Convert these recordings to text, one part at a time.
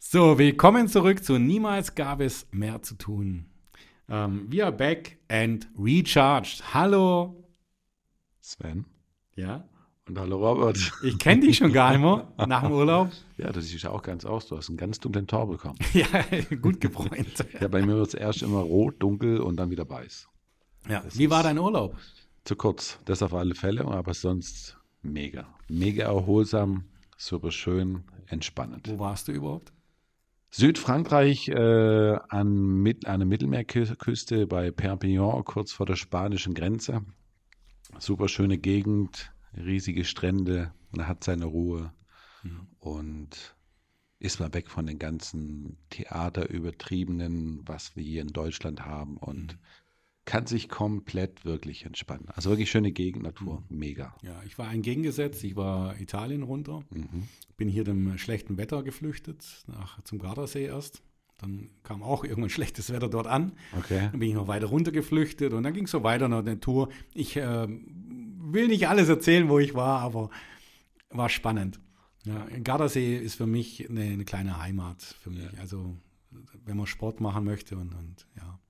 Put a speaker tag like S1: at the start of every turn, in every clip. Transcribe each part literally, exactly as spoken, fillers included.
S1: So, willkommen zurück zu Niemals gab es mehr zu tun. Um, we are back and recharged. Hallo.
S2: Sven.
S1: Ja?
S2: Und hallo Robert.
S1: Ich kenne dich schon gar nicht mehr nach dem Urlaub.
S2: Ja, das sieht ja auch ganz aus. Du hast einen ganz dunklen Tor bekommen.
S1: Ja, gut gebräunt.
S2: Ja, bei mir wird es erst immer rot, dunkel und dann wieder weiß.
S1: Ja.
S2: Das
S1: Wie war
S2: ist
S1: dein Urlaub?
S2: Zu kurz, das auf alle Fälle, aber sonst mega. Mega erholsam, super schön, entspannend.
S1: Wo warst du überhaupt?
S2: Südfrankreich äh, an, mit, an der Mittelmeerküste bei Perpignan, kurz vor der spanischen Grenze. Super schöne Gegend, riesige Strände, man hat seine Ruhe
S1: Mhm.
S2: und ist mal weg von den ganzen Theaterübertriebenen, was wir hier in Deutschland haben und kann sich komplett wirklich entspannen. Also wirklich schöne Gegend, Natur, mega.
S1: Ja, ich war entgegengesetzt. Ich war Italien runter.
S2: Mhm.
S1: Bin hier dem schlechten Wetter geflüchtet, nach, zum Gardasee erst. Dann kam auch irgendwann schlechtes Wetter dort an.
S2: Okay.
S1: Dann bin ich noch weiter runter geflüchtet und dann ging es so weiter nach der Tour. Ich äh, will nicht alles erzählen, wo ich war, aber war spannend. Ja, Gardasee ist für mich eine, eine kleine Heimat für mich.
S2: Ja.
S1: Also wenn man Sport machen möchte und, und ja.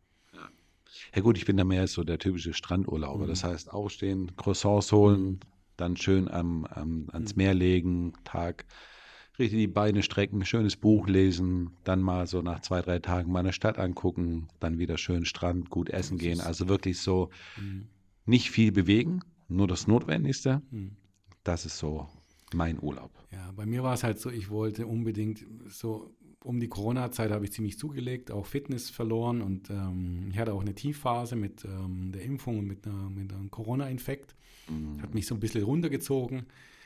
S2: Ja gut, ich bin da mehr so der typische Strandurlauber.
S1: Mhm.
S2: Das heißt, aufstehen, Croissants holen, dann schön am, am, ans Meer legen, Tag, richtig die Beine strecken, schönes Buch lesen, dann mal so nach zwei, drei Tagen mal eine Stadt angucken, dann wieder schön Strand, gut essen
S1: Das
S2: gehen.
S1: ist-
S2: Also wirklich so
S1: Mhm.
S2: nicht viel bewegen, nur das Notwendigste.
S1: Mhm.
S2: Das ist so mein Urlaub.
S1: Ja, bei mir war es halt so, ich wollte unbedingt so, um die Corona-Zeit habe ich ziemlich zugelegt, auch Fitness verloren und ähm, ich hatte auch eine Tiefphase mit ähm, der Impfung und mit, einer, mit einem Corona-Infekt. Hat mich so ein bisschen runtergezogen.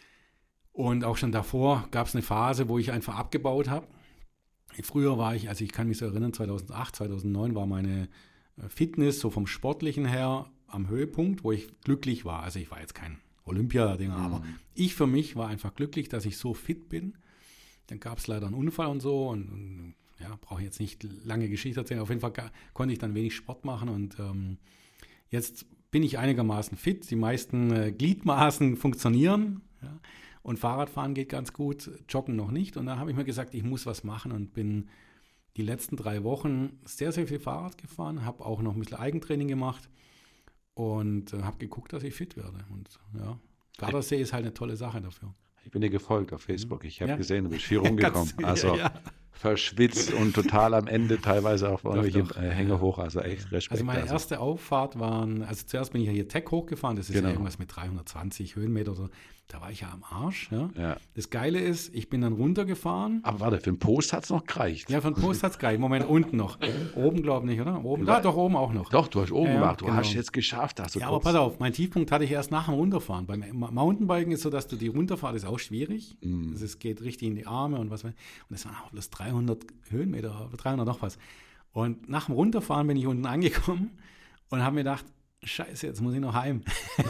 S1: Und auch schon davor gab es eine Phase, wo ich einfach abgebaut habe. Früher war ich, also ich kann mich so erinnern, zweitausendacht, zweitausendneun war meine äh, Fitness so vom Sportlichen her am Höhepunkt, wo ich glücklich war. Also ich war jetzt kein Olympiadinger, aber ich für mich war einfach glücklich, dass ich so fit bin. Dann gab es leider einen Unfall und so und, und ja, brauche ich jetzt nicht lange Geschichte erzählen. Auf jeden Fall ga- konnte ich dann wenig Sport machen und ähm, jetzt bin ich einigermaßen fit. Die meisten äh, Gliedmaßen funktionieren, ja, und Fahrradfahren geht ganz gut, Joggen noch nicht. Und da habe ich mir gesagt, ich muss was machen und bin die letzten drei Wochen sehr, sehr viel Fahrrad gefahren, habe auch noch ein bisschen Eigentraining gemacht und äh, habe geguckt, dass ich fit werde. Und ja, Gardasee ist halt eine tolle Sache dafür.
S2: Ich bin dir gefolgt auf Facebook. Ich habe
S1: Ja.
S2: gesehen, du bist viel rumgekommen.
S1: Ganz-
S2: Also
S1: ja.
S2: verschwitzt und total am Ende teilweise auf irgendwelche
S1: doch.
S2: äh, Hänge hoch. Also echt Respekt.
S1: Also meine erste Auffahrt waren, also zuerst bin ich ja hier Tech hochgefahren, das ist
S2: Genau.
S1: ja irgendwas mit dreihundertzwanzig Höhenmeter oder so. Da war ich ja am Arsch. Ja.
S2: Ja.
S1: Das Geile ist, ich bin dann runtergefahren.
S2: Aber warte, für den Post hat es noch gereicht.
S1: Ja, von Post hat's geil. Moment, unten noch. Oben glaube ich nicht, oder? Oben, ja, doch, oben auch noch.
S2: Doch, du hast oben
S1: Ja, ja,
S2: gemacht. Du
S1: genau.
S2: hast jetzt geschafft. Hast du
S1: Ja, aber
S2: kurz-
S1: pass auf, mein Tiefpunkt hatte ich erst nach dem Runterfahren. Beim Ma- Mountainbiken ist so, dass du die Runterfahrt ist auch schwierig.
S2: Mm.
S1: Also es geht richtig in die Arme und was weiß ich. Und es waren auch bloß dreihundert Höhenmeter, dreihundert noch was. Und nach dem Runterfahren bin ich unten angekommen und habe mir gedacht, Scheiße, jetzt muss ich noch heim.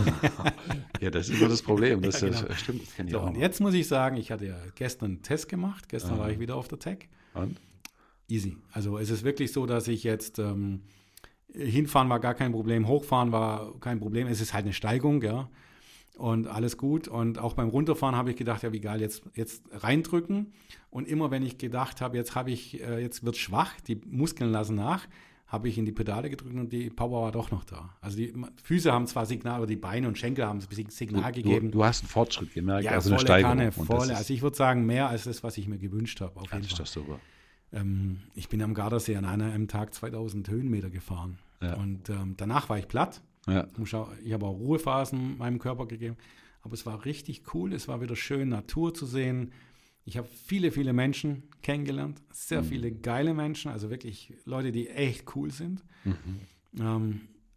S2: Ja, das ist immer das Problem. Das,
S1: Ja, genau.
S2: das stimmt, das kenne ich
S1: So,
S2: auch.
S1: und jetzt muss ich sagen, ich hatte ja gestern einen Test gemacht. Gestern
S2: Ah.
S1: war ich wieder auf der Tech.
S2: Und?
S1: Easy. Also es ist wirklich so, dass ich jetzt ähm, hinfahren war gar kein Problem, hochfahren war kein Problem. Es ist halt eine Steigung, ja. Und alles gut. Und auch beim Runterfahren habe ich gedacht, ja, wie geil, jetzt, jetzt reindrücken. Und immer wenn ich gedacht habe, jetzt habe ich, äh, jetzt wird schwach, die Muskeln lassen nach, habe ich in die Pedale gedrückt und die Power war doch noch da. Also die Füße haben zwar Signal, aber die Beine und Schenkel haben ein Signal
S2: Du,
S1: gegeben.
S2: du hast einen Fortschritt gemerkt,
S1: Ja,
S2: also eine
S1: volle
S2: Steigerung.
S1: Kanne,
S2: Und das
S1: volle.
S2: ist-
S1: Also ich würde sagen, mehr als das, was ich mir gewünscht habe, auf
S2: ja,
S1: jeden
S2: das ist
S1: Fall.
S2: doch super.
S1: Ähm, ich bin am Gardasee an einer, einem Tag zweitausend Höhenmeter gefahren.
S2: Ja.
S1: Und ähm, danach war ich platt.
S2: Ja.
S1: Ich muss auch- ich habe auch Ruhephasen meinem Körper gegeben. Aber es war richtig cool. Es war wieder schön, Natur zu sehen. Ich habe viele, viele Menschen kennengelernt. Sehr viele geile Menschen. Also wirklich Leute, die echt cool sind. Ähm,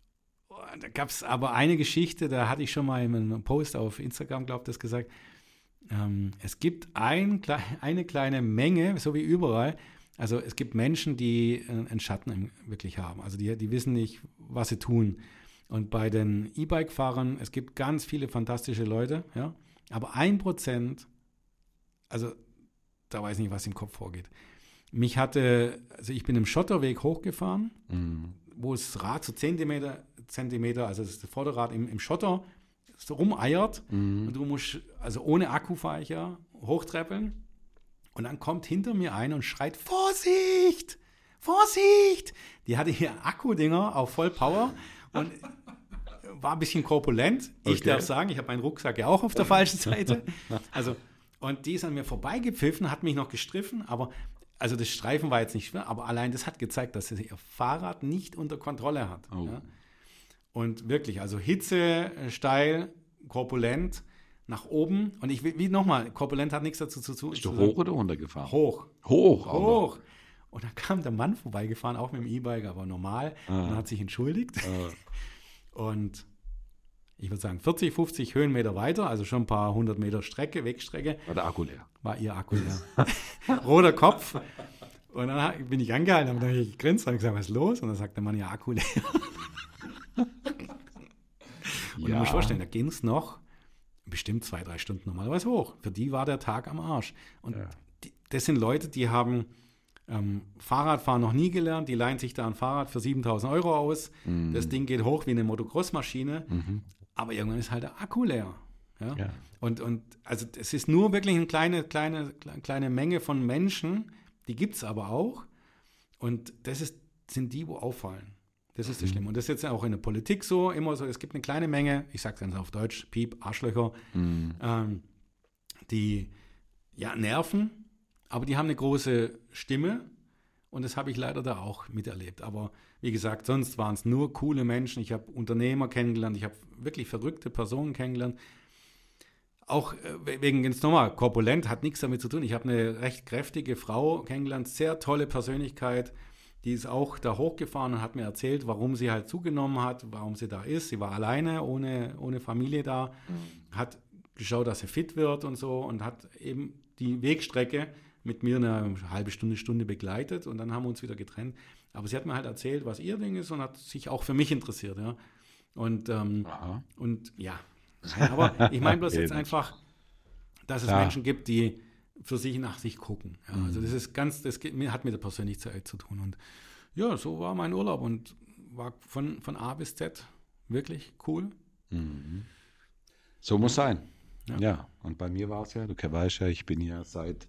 S1: da gab es aber eine Geschichte, da hatte ich schon mal in einem Post auf Instagram, glaube ich, das gesagt. Ähm, es gibt ein, klei- eine kleine Menge, so wie überall. Also es gibt Menschen, die äh, einen Schatten im, wirklich haben. Also die, die wissen nicht, was sie tun. Und bei den E-Bike-Fahrern, es gibt ganz viele fantastische Leute, ja. Aber ein Prozent, also da weiß ich nicht, was im Kopf vorgeht. Mich hatte, also ich bin im Schotterweg hochgefahren,
S2: Mhm.
S1: wo das Rad so Zentimeter, Zentimeter, also das Vorderrad im, im Schotter so rumeiert.
S2: Mhm.
S1: Und du musst, also ohne Akku fahre ich ja, hochtreppeln. Und dann kommt hinter mir einer und schreit, Vorsicht, Vorsicht. Die hatte hier Akkudinger auf Vollpower und war ein bisschen korpulent. Ich
S2: Okay.
S1: darf sagen, ich habe meinen Rucksack ja auch auf der falschen Seite. Also, und die ist an mir vorbeigepfiffen, hat mich noch gestriffen, aber also das Streifen war jetzt nicht schwer, aber allein das hat gezeigt, dass sie ihr Fahrrad nicht unter Kontrolle hat.
S2: Oh.
S1: Ja? Und wirklich, also Hitze, äh, steil, korpulent, nach oben. Und ich will, wie nochmal, korpulent hat nichts dazu zu tun.
S2: Bist du hoch oder runter gefahren?
S1: Hoch.
S2: Hoch. auch noch.
S1: Hoch. Und dann kam der Mann vorbeigefahren, auch mit dem E-Bike, aber normal.
S2: Ah.
S1: Und hat sich entschuldigt.
S2: Äh,
S1: Und ich würde sagen, vierzig, fünfzig Höhenmeter weiter, also schon ein paar hundert Meter Strecke, Wegstrecke,
S2: war der Akku leer.
S1: war ihr Akku leer. Roter Kopf. Und dann hab- bin ich angehalten, habe ich gegrinst und gesagt, was ist los? Und dann sagt der Mann, ja, Akku leer. Und du musst dir vorstellen, da ging es noch bestimmt zwei, drei Stunden normalerweise hoch. Für die war der Tag am Arsch. Und
S2: Ja.
S1: die, das sind Leute, die haben ähm, Fahrradfahren noch nie gelernt, die leihen sich da ein Fahrrad für siebentausend Euro aus.
S2: Mhm.
S1: Das Ding geht hoch wie eine Motocross-Maschine, aber irgendwann ist halt der Akku leer. Ja?
S2: Ja.
S1: Und, und also es ist nur wirklich eine kleine, kleine, kleine Menge von Menschen, die gibt es aber auch. Und das ist, sind die, wo auffallen. Das ist das Schlimme. Und das ist jetzt auch in der Politik so, immer so, es gibt eine kleine Menge, ich sage es ganz auf Deutsch, Piep, Arschlöcher, ähm, die ja nerven, aber die haben eine große Stimme und das habe ich leider da auch miterlebt. Aber wie gesagt, sonst waren es nur coole Menschen. Ich habe Unternehmer kennengelernt, ich habe wirklich verrückte Personen kennengelernt. Auch äh, wegen, jetzt nochmal, korpulent hat nichts damit zu tun. Ich habe eine recht kräftige Frau kennengelernt, sehr tolle Persönlichkeit. Die ist auch da hochgefahren und hat mir erzählt, warum sie halt zugenommen hat, warum sie da ist. Sie war alleine, ohne, ohne Familie da, mhm. hat geschaut, dass sie fit wird und so und hat eben die Wegstrecke mit mir eine halbe Stunde, Stunde begleitet und dann haben wir uns wieder getrennt. Aber sie hat mir halt erzählt, was ihr Ding ist und hat sich auch für mich interessiert. Ja. Und, ähm, und ja, Nein, aber ich meine bloß jetzt einfach, dass es
S2: ja.
S1: Menschen gibt, die für sich nach sich gucken. Ja, also das ist ganz, das hat mit der Persönlichkeit zu tun. Und ja, so war mein Urlaub und war von, von A bis Z wirklich cool.
S2: Mhm. So muss sein.
S1: Ja.
S2: Ja, und bei mir war es ja, du weißt ja, ich bin ja seit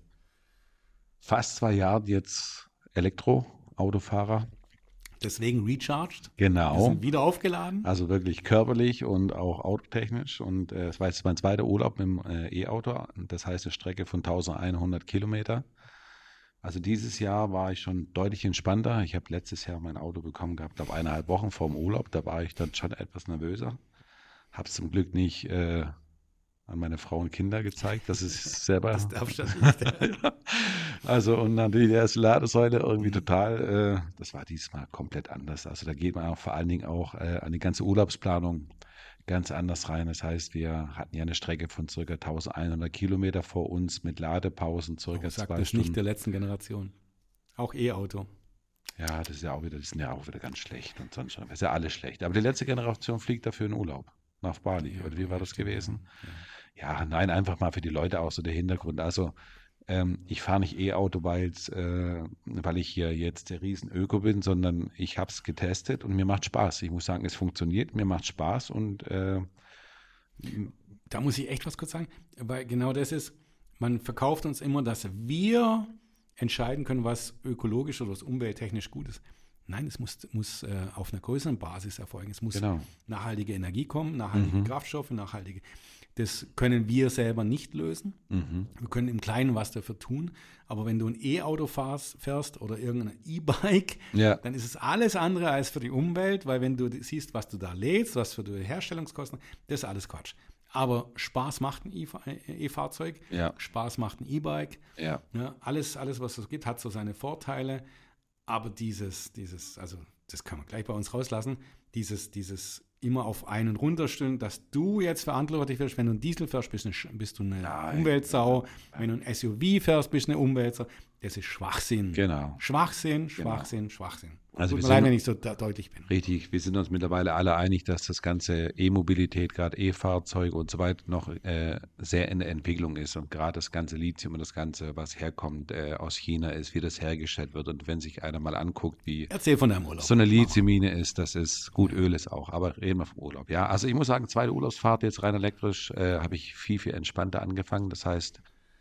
S2: fast zwei Jahren jetzt Elektroautofahrer.
S1: Deswegen recharged.
S2: Genau.
S1: Wir sind wieder aufgeladen.
S2: Also wirklich körperlich und auch autotechnisch. Und äh, es war jetzt mein zweiter Urlaub mit dem äh, E-Auto. Das heißt eine Strecke von eintausendeinhundert Kilometer. Also dieses Jahr war ich schon deutlich entspannter. Ich habe letztes Jahr mein Auto bekommen gehabt, glaube eineinhalb Wochen vor dem Urlaub. Da war ich dann schon etwas nervöser. Habe es zum Glück nicht äh, an meine Frau und Kinder gezeigt. Das ist selber.
S1: Das darfst du nicht.
S2: Also und natürlich die erste Ladesäule irgendwie total, äh, das war diesmal komplett anders. Also da geht man auch vor allen Dingen auch äh, an die ganze Urlaubsplanung ganz anders rein. Das heißt, wir hatten ja eine Strecke von ca. eintausendeinhundert Kilometer vor uns mit Ladepausen ca.
S1: Oh,
S2: zwei
S1: sag das
S2: Stunden.
S1: nicht der letzten Generation. Auch E-Auto.
S2: Ja, das ist ja auch wieder, die sind ja auch wieder ganz schlecht und sonst schon. Das ist ja alles schlecht. Aber die letzte Generation fliegt dafür in Urlaub nach Bali.
S1: Ja,
S2: Oder wie war das
S1: stimmt,
S2: gewesen?
S1: ja.
S2: Ja, nein, einfach mal für die Leute auch so der Hintergrund. Also ähm, ich fahre nicht E-Auto, weil's, äh, weil ich hier jetzt der Riesen-Öko bin, sondern ich habe es getestet und mir macht Spaß. Ich muss sagen, es funktioniert, mir macht Spaß und äh,
S1: da muss ich echt was kurz sagen, weil genau das ist, man verkauft uns immer, dass wir entscheiden können, was ökologisch oder was umwelttechnisch gut ist. Nein, es muss, muss äh, auf einer größeren Basis erfolgen. Es muss
S2: Genau.
S1: nachhaltige Energie kommen, nachhaltige
S2: Mhm.
S1: Kraftstoffe, nachhaltige. Das können wir selber nicht lösen.
S2: mhm.
S1: Wir können im Kleinen was dafür tun. Aber wenn du ein E-Auto fährst, fährst oder irgendein E-Bike,
S2: Ja.
S1: dann ist es alles andere als für die Umwelt, weil wenn du siehst, was du da lädst, was für die Herstellungskosten, das ist alles Quatsch. Aber Spaß macht ein E-Fahrzeug,
S2: Ja.
S1: Spaß macht ein E-Bike.
S2: Ja.
S1: Ja, alles, alles, was es gibt, hat so seine Vorteile. Aber dieses, dieses, also das kann man gleich bei uns rauslassen, dieses, dieses immer auf einen runterstellen, dass du jetzt verantwortlich wirst, wenn du einen Diesel fährst, bist, eine, bist du eine
S2: Nein.
S1: Umweltsau, wenn du ein S U V fährst, bist du eine Umweltsau. Das ist Schwachsinn.
S2: Genau.
S1: Schwachsinn, Schwachsinn, Schwachsinn.
S2: Also
S1: Tut
S2: wir
S1: mir leid,
S2: sind-
S1: wenn ich so da deutlich bin.
S2: Richtig, wir sind uns mittlerweile alle einig, dass das ganze E-Mobilität, gerade E-Fahrzeuge und so weiter, noch äh, sehr in der Entwicklung ist. Und gerade das ganze Lithium und das Ganze, was herkommt äh, aus China, ist, wie das hergestellt wird. Und wenn sich einer mal anguckt, wie
S1: Erzähl von deinem Urlaub.
S2: so eine Lithiummine ist, das ist gut, Öl ist auch, aber reden wir vom Urlaub. Ja, also ich muss sagen, zweite Urlaubsfahrt jetzt rein elektrisch, äh, habe ich viel, viel entspannter angefangen. Das heißt,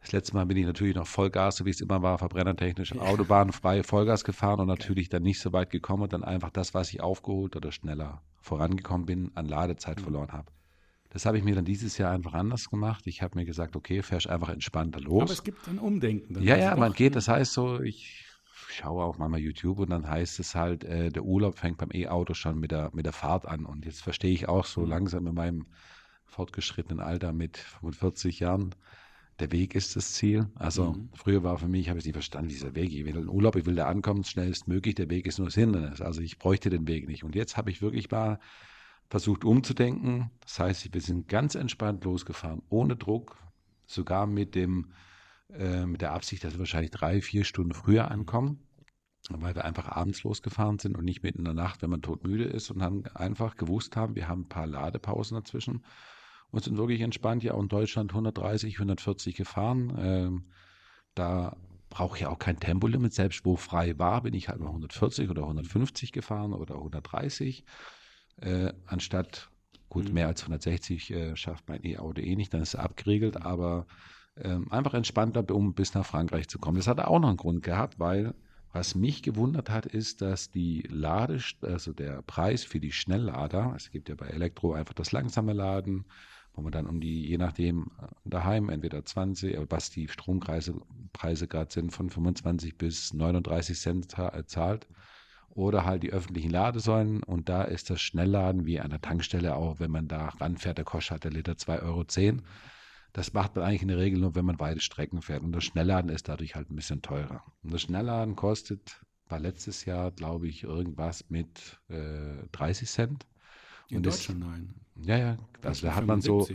S2: Das letzte Mal bin ich natürlich noch Vollgas, so wie es immer war, verbrennertechnisch, ja. Autobahnfrei Vollgas gefahren und natürlich dann nicht so weit gekommen und dann einfach das, was ich aufgeholt oder schneller vorangekommen bin, an Ladezeit mhm. verloren habe. Das habe ich mir dann dieses Jahr einfach anders gemacht. Ich habe mir gesagt, okay, fährst einfach entspannter los.
S1: Aber es gibt ein Umdenken. Dann
S2: ja, ja, man geht, das heißt so, ich schaue auch mal YouTube und dann heißt es halt, äh, der Urlaub fängt beim E-Auto schon mit der, mit der Fahrt an. Und jetzt verstehe ich auch so mhm. langsam in meinem fortgeschrittenen Alter mit fünfundvierzig Jahren, der Weg ist das Ziel. Also mhm. früher war für mich, ich habe es nicht verstanden, dieser Weg. Ich will in den Urlaub, ich will da ankommen, schnellstmöglich. Der Weg ist nur das Hindernis. Also ich bräuchte den Weg nicht. Und jetzt habe ich wirklich mal versucht umzudenken. Das heißt, wir sind ganz entspannt losgefahren, ohne Druck, sogar mit dem äh, mit der Absicht, dass wir wahrscheinlich drei, vier Stunden früher ankommen, weil wir einfach abends losgefahren sind und nicht mitten in der Nacht, wenn man todmüde ist und dann einfach gewusst haben, wir haben ein paar Ladepausen dazwischen. Und sind wirklich entspannt ja auch in Deutschland hundertdreißig, hundertvierzig gefahren. Ähm, da brauche ich auch kein Tempolimit. Selbst wo frei war, bin ich halt mal hundertvierzig oder hundertfünfzig gefahren oder hundertdreißig. Äh, anstatt, gut, mhm. mehr als hundertsechzig äh, schafft mein E-Auto eh nicht, dann ist es abgeriegelt. Aber ähm, einfach entspannter, um bis nach Frankreich zu kommen. Das hat auch noch einen Grund gehabt, weil was mich gewundert hat, ist, dass die Lade, also der Preis für die Schnelllader, es gibt ja bei Elektro einfach das langsame Laden, wo man dann um die, je nachdem daheim, entweder zwanzig, was die Strompreise Preise gerade sind, von fünfundzwanzig bis neununddreißig Cent zahlt. Oder halt die öffentlichen Ladesäulen. Und da ist das Schnellladen wie an der Tankstelle auch, wenn man da ranfährt, der kostet halt der Liter zwei Euro zehn. Das macht man eigentlich in der Regel nur, wenn man weite Strecken fährt. Und das Schnellladen ist dadurch halt ein bisschen teurer. Und das Schnellladen kostet, war letztes Jahr, glaube ich, irgendwas mit äh, dreißig Cent.
S1: In
S2: und
S1: Deutschland
S2: das,
S1: nein.
S2: Ja, ja, also da hat man so,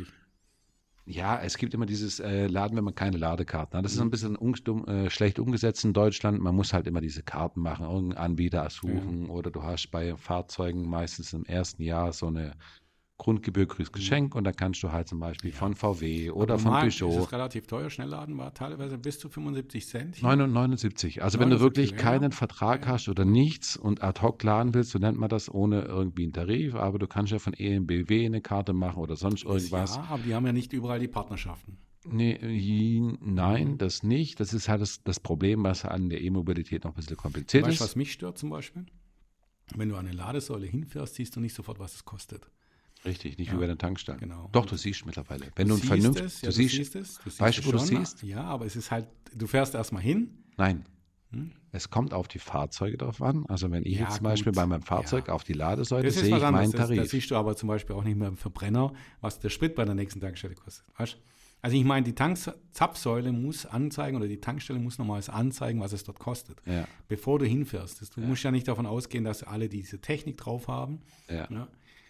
S2: ja, es gibt immer dieses äh, Laden, wenn man keine Ladekarten hat. Das ist ein bisschen un, äh, schlecht umgesetzt in Deutschland. Man muss halt immer diese Karten machen, irgendeinen Anbieter suchen ja. oder du hast bei Fahrzeugen meistens im ersten Jahr so eine Grundgebühr kriegst Geschenk und dann kannst du halt zum Beispiel ja. von V W oder von Peugeot.
S1: Das ist relativ teuer. Schnellladen war teilweise bis zu fünfundsiebzig Cent.
S2: neunundsiebzig. Also neunundsiebzig, wenn du wirklich ja. keinen Vertrag ja. hast oder nichts und ad hoc laden willst, so nennt man das, ohne irgendwie einen Tarif, aber du kannst ja von E M B W eine Karte machen oder sonst irgendwas.
S1: Ja, aber die haben ja nicht überall die Partnerschaften.
S2: Nee, nein, das nicht. Das ist halt das, das Problem, was an der E-Mobilität noch ein bisschen kompliziert
S1: weißt,
S2: ist.
S1: Was mich stört zum Beispiel? Wenn du an eine Ladesäule hinfährst, siehst du nicht sofort, was es kostet.
S2: Richtig, nicht
S1: ja,
S2: wie bei den Tankstellen.
S1: Genau.
S2: Doch, du siehst mittlerweile. Wenn
S1: du
S2: du, du vernünftig,
S1: es, ja,
S2: du, siehst,
S1: siehst es, du siehst
S2: weißt du, wo du
S1: schon,
S2: siehst?
S1: Ja, aber es ist halt, du fährst erstmal hin.
S2: Nein.
S1: Hm?
S2: Es kommt auf die Fahrzeuge drauf an. Also wenn ich
S1: ja,
S2: jetzt zum
S1: gut.
S2: Beispiel bei meinem Fahrzeug ja. auf die Ladesäule sehe ich meinen Tarif.
S1: Da siehst du aber zum Beispiel auch nicht mehr im Verbrenner, was der Sprit bei der nächsten Tankstelle kostet. Weißt? Also ich meine, die Zapfsäule muss anzeigen oder die Tankstelle muss nochmals anzeigen, was es dort kostet,
S2: ja.
S1: bevor du hinfährst. Du
S2: ja.
S1: musst ja nicht davon ausgehen, dass alle diese Technik drauf haben.
S2: Ja.
S1: Ja?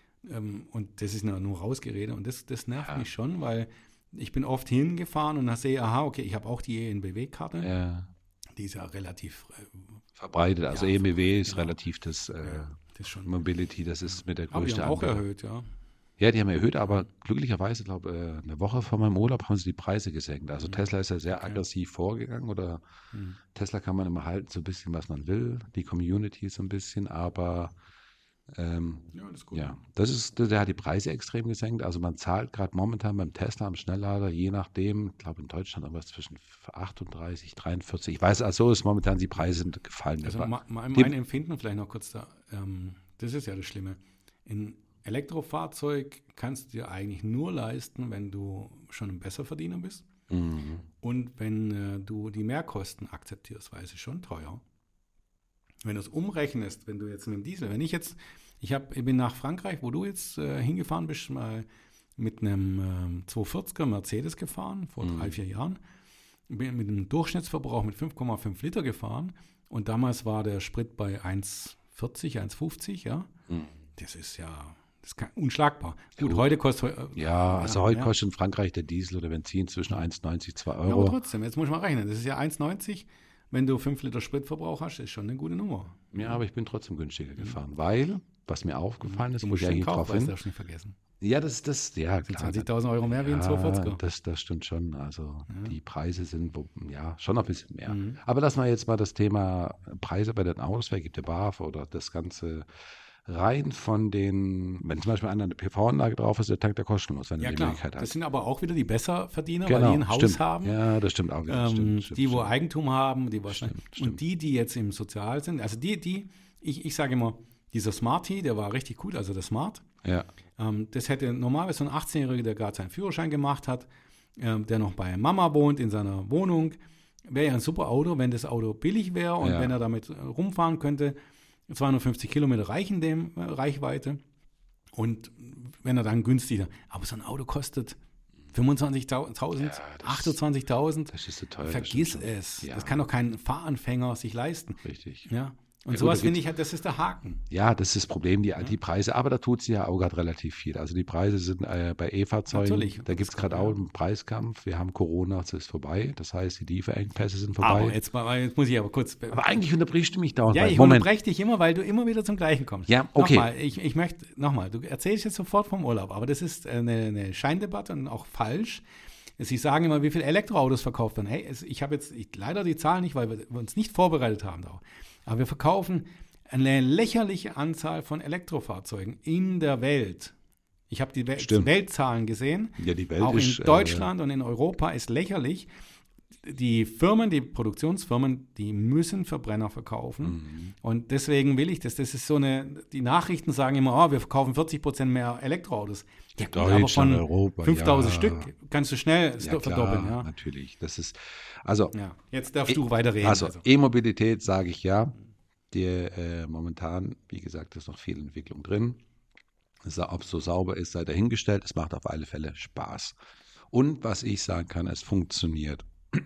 S1: Und das ist nur rausgeredet und das, das nervt ja. mich schon, weil ich bin oft hingefahren und sehe, aha, okay, ich habe auch die E N B W-Karte.
S2: Ja.
S1: Die ist ja relativ äh,
S2: verbreitet. Also ja, E M B W ist genau. relativ das, äh,
S1: ja, das schon,
S2: Mobility, das ist mit der größte
S1: aber die haben auch
S2: Anbieter.
S1: erhöht, ja.
S2: Ja, die haben erhöht, aber glücklicherweise, glaube ich, eine Woche vor meinem Urlaub haben sie die Preise gesenkt. Also mhm. Tesla ist ja sehr okay. aggressiv vorgegangen oder mhm. Tesla kann man immer halten, so ein bisschen, was man will, die Community so ein bisschen, aber ähm,
S1: ja, das ist gut.
S2: Ja, das ist, der hat die Preise extrem gesenkt. Also man zahlt gerade momentan beim Tesla am Schnelllader, je nachdem, ich glaube in Deutschland irgendwas zwischen achtunddreißig, dreiundvierzig. Ich weiß, also ist momentan die Preise sind gefallen.
S1: Also mein, mein Empfinden vielleicht noch kurz da, ähm, das ist ja das Schlimme. In Elektrofahrzeug kannst du dir eigentlich nur leisten, wenn du schon ein Besserverdiener bist
S2: mhm.
S1: und wenn äh, du die Mehrkosten akzeptierst, weil es ist schon teuer. Wenn du es umrechnest, wenn du jetzt mit dem Diesel, wenn ich jetzt, ich, hab, ich bin nach Frankreich, wo du jetzt äh, hingefahren bist, mal mit einem ähm, zweihundertvierziger Mercedes gefahren, vor mhm. drei, vier Jahren, bin mit einem Durchschnittsverbrauch mit fünf Komma fünf Liter gefahren und damals war der Sprit bei eins vierzig, eins fünfzig, ja.
S2: Mhm.
S1: Das ist ja, das ist unschlagbar. Gut,
S2: Gut,
S1: heute kostet... Äh,
S2: ja, also heute
S1: ja.
S2: kostet in Frankreich der Diesel oder Benzin zwischen eins neunzig, zwei Euro.
S1: Ja, aber trotzdem, jetzt muss ich mal rechnen, das ist ja eins neunzig. Wenn du fünf Liter Spritverbrauch hast, ist schon eine gute Nummer.
S2: Ja, aber ich bin trotzdem günstiger gefahren, weil, was mir aufgefallen ist,
S1: du
S2: muss ich eigentlich drauf hin.
S1: Das darfst du nicht vergessen.
S2: Ja, das, das, ja, klar.
S1: zwanzigtausend Euro mehr wie ein
S2: ja,
S1: zweihundertvierziger.
S2: Das, das stimmt schon. Also
S1: ja.
S2: die Preise sind, ja, schon ein bisschen mehr.
S1: Mhm.
S2: Aber lassen wir jetzt mal das Thema Preise bei den Autos weg, gibt ja B A F oder das ganze rein von den, wenn zum Beispiel einer eine P V-Anlage drauf ist, der Tank der kostenlos, wenn
S1: Ja
S2: er die
S1: klar,
S2: Möglichkeit hat.
S1: das sind aber auch wieder die Besserverdiener,
S2: Genau,
S1: weil die ein Haus
S2: stimmt.
S1: haben.
S2: Ja, das stimmt auch wieder.
S1: Ähm,
S2: stimmt, stimmt,
S1: die, wo
S2: stimmt.
S1: Eigentum haben, die wahrscheinlich.
S2: Stimmt, stimmt.
S1: Und die, die jetzt im Sozial sind, also die, die, ich, ich sage immer, dieser Smarty, der war richtig cool, also der Smart.
S2: Ja,
S1: Ähm, das hätte normalerweise so ein achtzehnjähriger, der gerade seinen Führerschein gemacht hat, ähm, der noch bei Mama wohnt in seiner Wohnung, wäre ja ein super Auto, wenn das Auto billig wäre und
S2: Ja.
S1: wenn er damit äh, rumfahren könnte. zweihundertfünfzig Kilometer reichen dem äh, Reichweite. Und wenn er dann günstiger. Aber so ein Auto kostet fünfundzwanzigtausend,
S2: Ja, das-
S1: achtundzwanzigtausend.
S2: das ist so teuer. das
S1: Vergiss
S2: stimmt schon.
S1: es.
S2: Ja.
S1: Das kann doch kein Fahranfänger sich leisten.
S2: Richtig.
S1: Ja. Und
S2: Ja, gut,
S1: sowas
S2: da
S1: finde
S2: gibt's-
S1: ich halt, das ist der Haken.
S2: Ja, das ist das Problem, die, die Preise, aber da tut sie ja auch gerade relativ viel. Also die Preise sind äh, bei E-Fahrzeugen,
S1: Natürlich,
S2: da
S1: das
S2: gibt es
S1: kommt,
S2: gerade
S1: ja.
S2: auch einen Preiskampf. Wir haben Corona, das ist vorbei. Das heißt, die Lieferengpässe sind
S1: Aber
S2: vorbei.
S1: jetzt, mal, jetzt muss ich aber kurz.
S2: Aber eigentlich unterbrichst du mich dauernd.
S1: Ja,
S2: weil-
S1: ich
S2: Moment,
S1: unterbreche dich immer, weil du immer wieder zum Gleichen kommst.
S2: Ja, okay.
S1: Nochmal, ich, ich möchte, nochmal, du erzählst jetzt sofort vom Urlaub, aber das ist eine, eine Scheindebatte und auch falsch. Sie sagen immer, wie viele Elektroautos verkauft werden. Hey, es, ich habe jetzt ich, leider die Zahlen nicht, weil wir, wir uns nicht vorbereitet haben. Darauf. Aber wir verkaufen eine lächerliche Anzahl von Elektrofahrzeugen in der Welt. Ich habe die Wel
S2: Stimmt.
S1: Weltzahlen gesehen.
S2: Ja, die Welt
S1: auch
S2: ist,
S1: in
S2: äh,
S1: Deutschland und in Europa ist lächerlich. Die Firmen, die Produktionsfirmen, die müssen Verbrenner verkaufen.
S2: Mhm.
S1: Und deswegen will ich das. Das ist so eine, die Nachrichten sagen immer, oh, wir verkaufen vierzig Prozent mehr Elektroautos. Ja, gut, aber
S2: Deutschland,
S1: von
S2: Europa,
S1: fünftausend
S2: ja.
S1: Stück kannst du schnell
S2: ja,
S1: verdoppeln.
S2: klar,
S1: Ja.
S2: natürlich. Das ist, also,
S1: Ja. Jetzt darfst du weiterreden.
S2: also,
S1: Also.
S2: E-Mobilität sage ich ja. Die, äh, momentan, wie gesagt, ist noch viel Entwicklung drin. Ob es so sauber ist, sei dahingestellt. Es macht auf alle Fälle Spaß. Und was ich sagen kann, es funktioniert.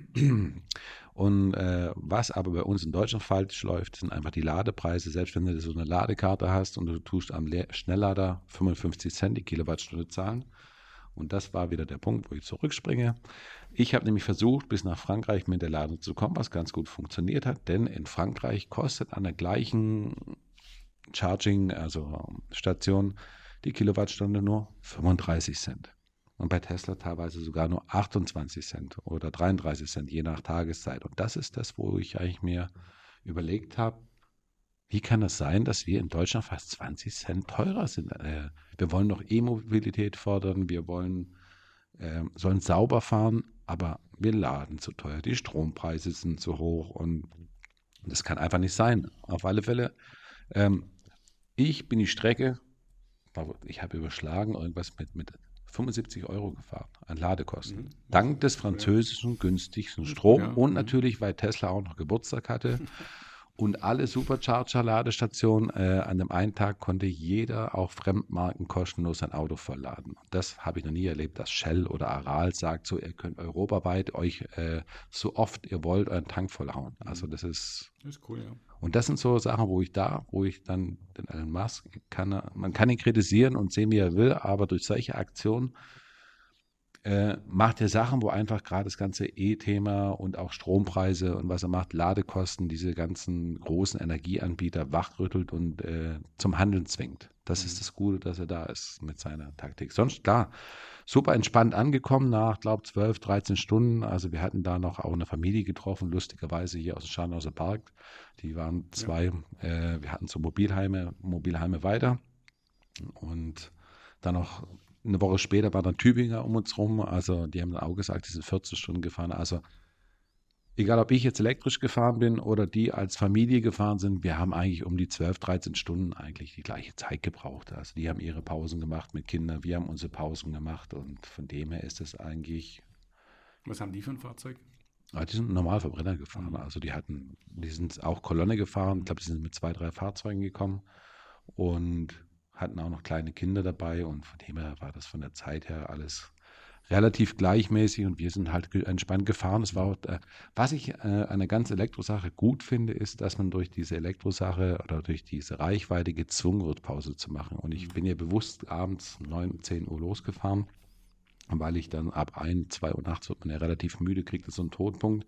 S2: Und äh, was aber bei uns in Deutschland falsch läuft, sind einfach die Ladepreise. Selbst wenn du so eine Ladekarte hast und du tust am Le Schnelllader fünfundfünfzig Cent die Kilowattstunde zahlen. Und das war wieder der Punkt, wo ich zurückspringe. Ich habe nämlich versucht, bis nach Frankreich mit der Ladung zu kommen, was ganz gut funktioniert hat. Denn in Frankreich kostet an der gleichen Charging, also Station, die Kilowattstunde nur fünfunddreißig Cent. Und bei Tesla teilweise sogar nur achtundzwanzig Cent oder dreiunddreißig Cent, je nach Tageszeit. Und das ist das, wo ich eigentlich mir überlegt habe, wie kann es sein, dass wir in Deutschland fast zwanzig Cent teurer sind? Äh, wir wollen doch E-Mobilität fordern, wir wollen, äh, sollen sauber fahren, aber wir laden zu teuer, die Strompreise sind zu hoch und das kann einfach nicht sein. Auf alle Fälle, ähm, ich bin die Strecke, ich habe überschlagen, irgendwas mit, mit fünfundsiebzig Euro gefahren an Ladekosten.
S1: Mhm.
S2: Dank des französischen günstigsten Strom
S1: Ja.
S2: und
S1: Mhm.
S2: natürlich, weil Tesla auch noch Geburtstag hatte. Und alle Supercharger-Ladestationen, äh, an dem einen Tag konnte jeder, auch Fremdmarken, kostenlos sein Auto vollladen. Und das habe ich noch nie erlebt, dass Shell oder Aral sagt, so, ihr könnt europaweit euch äh, so oft ihr wollt euren Tank vollhauen. Also das ist,
S1: Das ist cool, ja.
S2: und das sind so Sachen, wo ich da, wo ich dann den Elon Musk, kann er, man kann ihn kritisieren und sehen, wie er will, aber durch solche Aktionen äh, macht er Sachen, wo einfach gerade das ganze E-Thema und auch Strompreise und was er macht, Ladekosten, diese ganzen großen Energieanbieter wachrüttelt und äh, zum Handeln zwingt. Das
S1: Mhm.
S2: ist das Gute, dass er da ist mit seiner Taktik. Sonst, klar, super entspannt angekommen nach, glaube ich, zwölf, dreizehn Stunden. Also wir hatten da noch auch eine Familie getroffen, lustigerweise hier aus dem Scharnhauser Park. Die waren zwei, äh, wir hatten so Mobilheime, Mobilheime weiter. Und dann noch eine Woche später war dann Tübinger um uns rum. Also die haben dann auch gesagt, die sind vierzehn Stunden gefahren. Also egal, ob ich jetzt elektrisch gefahren bin oder die als Familie gefahren sind, wir haben eigentlich um die zwölf, dreizehn Stunden eigentlich die gleiche Zeit gebraucht. Also die haben ihre Pausen gemacht mit Kindern, wir haben unsere Pausen gemacht und von dem her ist es eigentlich,
S1: Was haben die für ein Fahrzeug?
S2: ja, die sind normal Verbrenner gefahren. Also die hatten, die sind auch Kolonne gefahren. Ich glaube, die sind mit zwei, drei Fahrzeugen gekommen und hatten auch noch kleine Kinder dabei und von dem her war das von der Zeit her alles relativ gleichmäßig und wir sind halt ge- entspannt gefahren. Es war auch, äh, was ich äh, an der ganzen Elektrosache gut finde, ist, dass man durch diese Elektrosache oder durch diese Reichweite gezwungen wird, Pause zu machen. Und ich bin ja bewusst abends neun, zehn Uhr losgefahren, weil ich dann ab ein, zwei Uhr nachts wird man ja relativ müde, kriegt das so einen Todpunkt.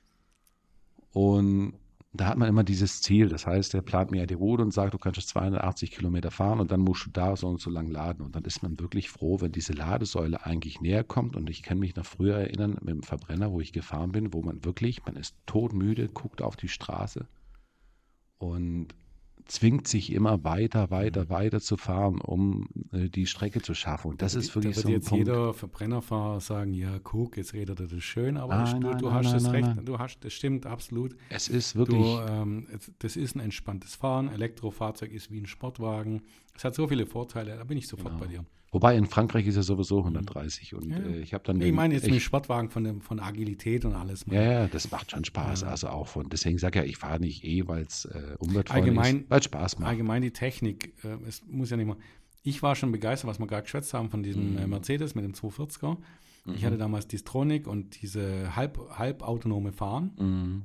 S2: Und da hat man immer dieses Ziel. Das heißt, der plant mir ja die Route und sagt, du kannst jetzt zweihundertachtzig Kilometer fahren und dann musst du da so und so lang laden. Und dann ist man wirklich froh, wenn diese Ladesäule eigentlich näher kommt. Und ich kann mich noch früher erinnern mit dem Verbrenner, wo ich gefahren bin, wo man wirklich, man ist todmüde, guckt auf die Straße und zwingt sich immer weiter, weiter, weiter zu fahren, um äh, die Strecke zu schaffen. Und das ist wirklich
S1: da wird
S2: so ein
S1: jetzt
S2: Punkt.
S1: jeder Verbrennerfahrer sagen, ja, guck, jetzt redet er das schön, aber
S2: Nein,
S1: du,
S2: nein,
S1: du
S2: nein,
S1: hast
S2: nein,
S1: das
S2: nein,
S1: recht,
S2: nein.
S1: du hast, das stimmt absolut.
S2: Es ist wirklich,
S1: Du, ähm, es- das ist ein entspanntes Fahren, Elektrofahrzeug ist wie ein Sportwagen. Es hat so viele Vorteile, da bin ich sofort
S2: Genau.
S1: bei dir.
S2: wobei in Frankreich ist ja sowieso hundertdreißig und
S1: Ja.
S2: äh, ich habe dann
S1: Ich
S2: den-
S1: meine jetzt
S2: ich-
S1: mit Sportwagen von, dem, von Agilität und alles.
S2: Ja, ja, das macht schon Spaß.
S1: Ja.
S2: Also auch von, deswegen sage ich ja, ich fahre nicht eh, weil es äh, umweltfreundlich
S1: Allgemein-
S2: ist, weil es Spaß macht.
S1: Allgemein die Technik, äh, es muss ja nicht mal. Ich war schon begeistert, was wir gerade geschwätzt haben von diesem
S2: Mhm.
S1: äh, Mercedes mit dem zweihundertvierziger. Ich hatte damals Distronic und diese halb, halbautonome Fahren.
S2: Mhm.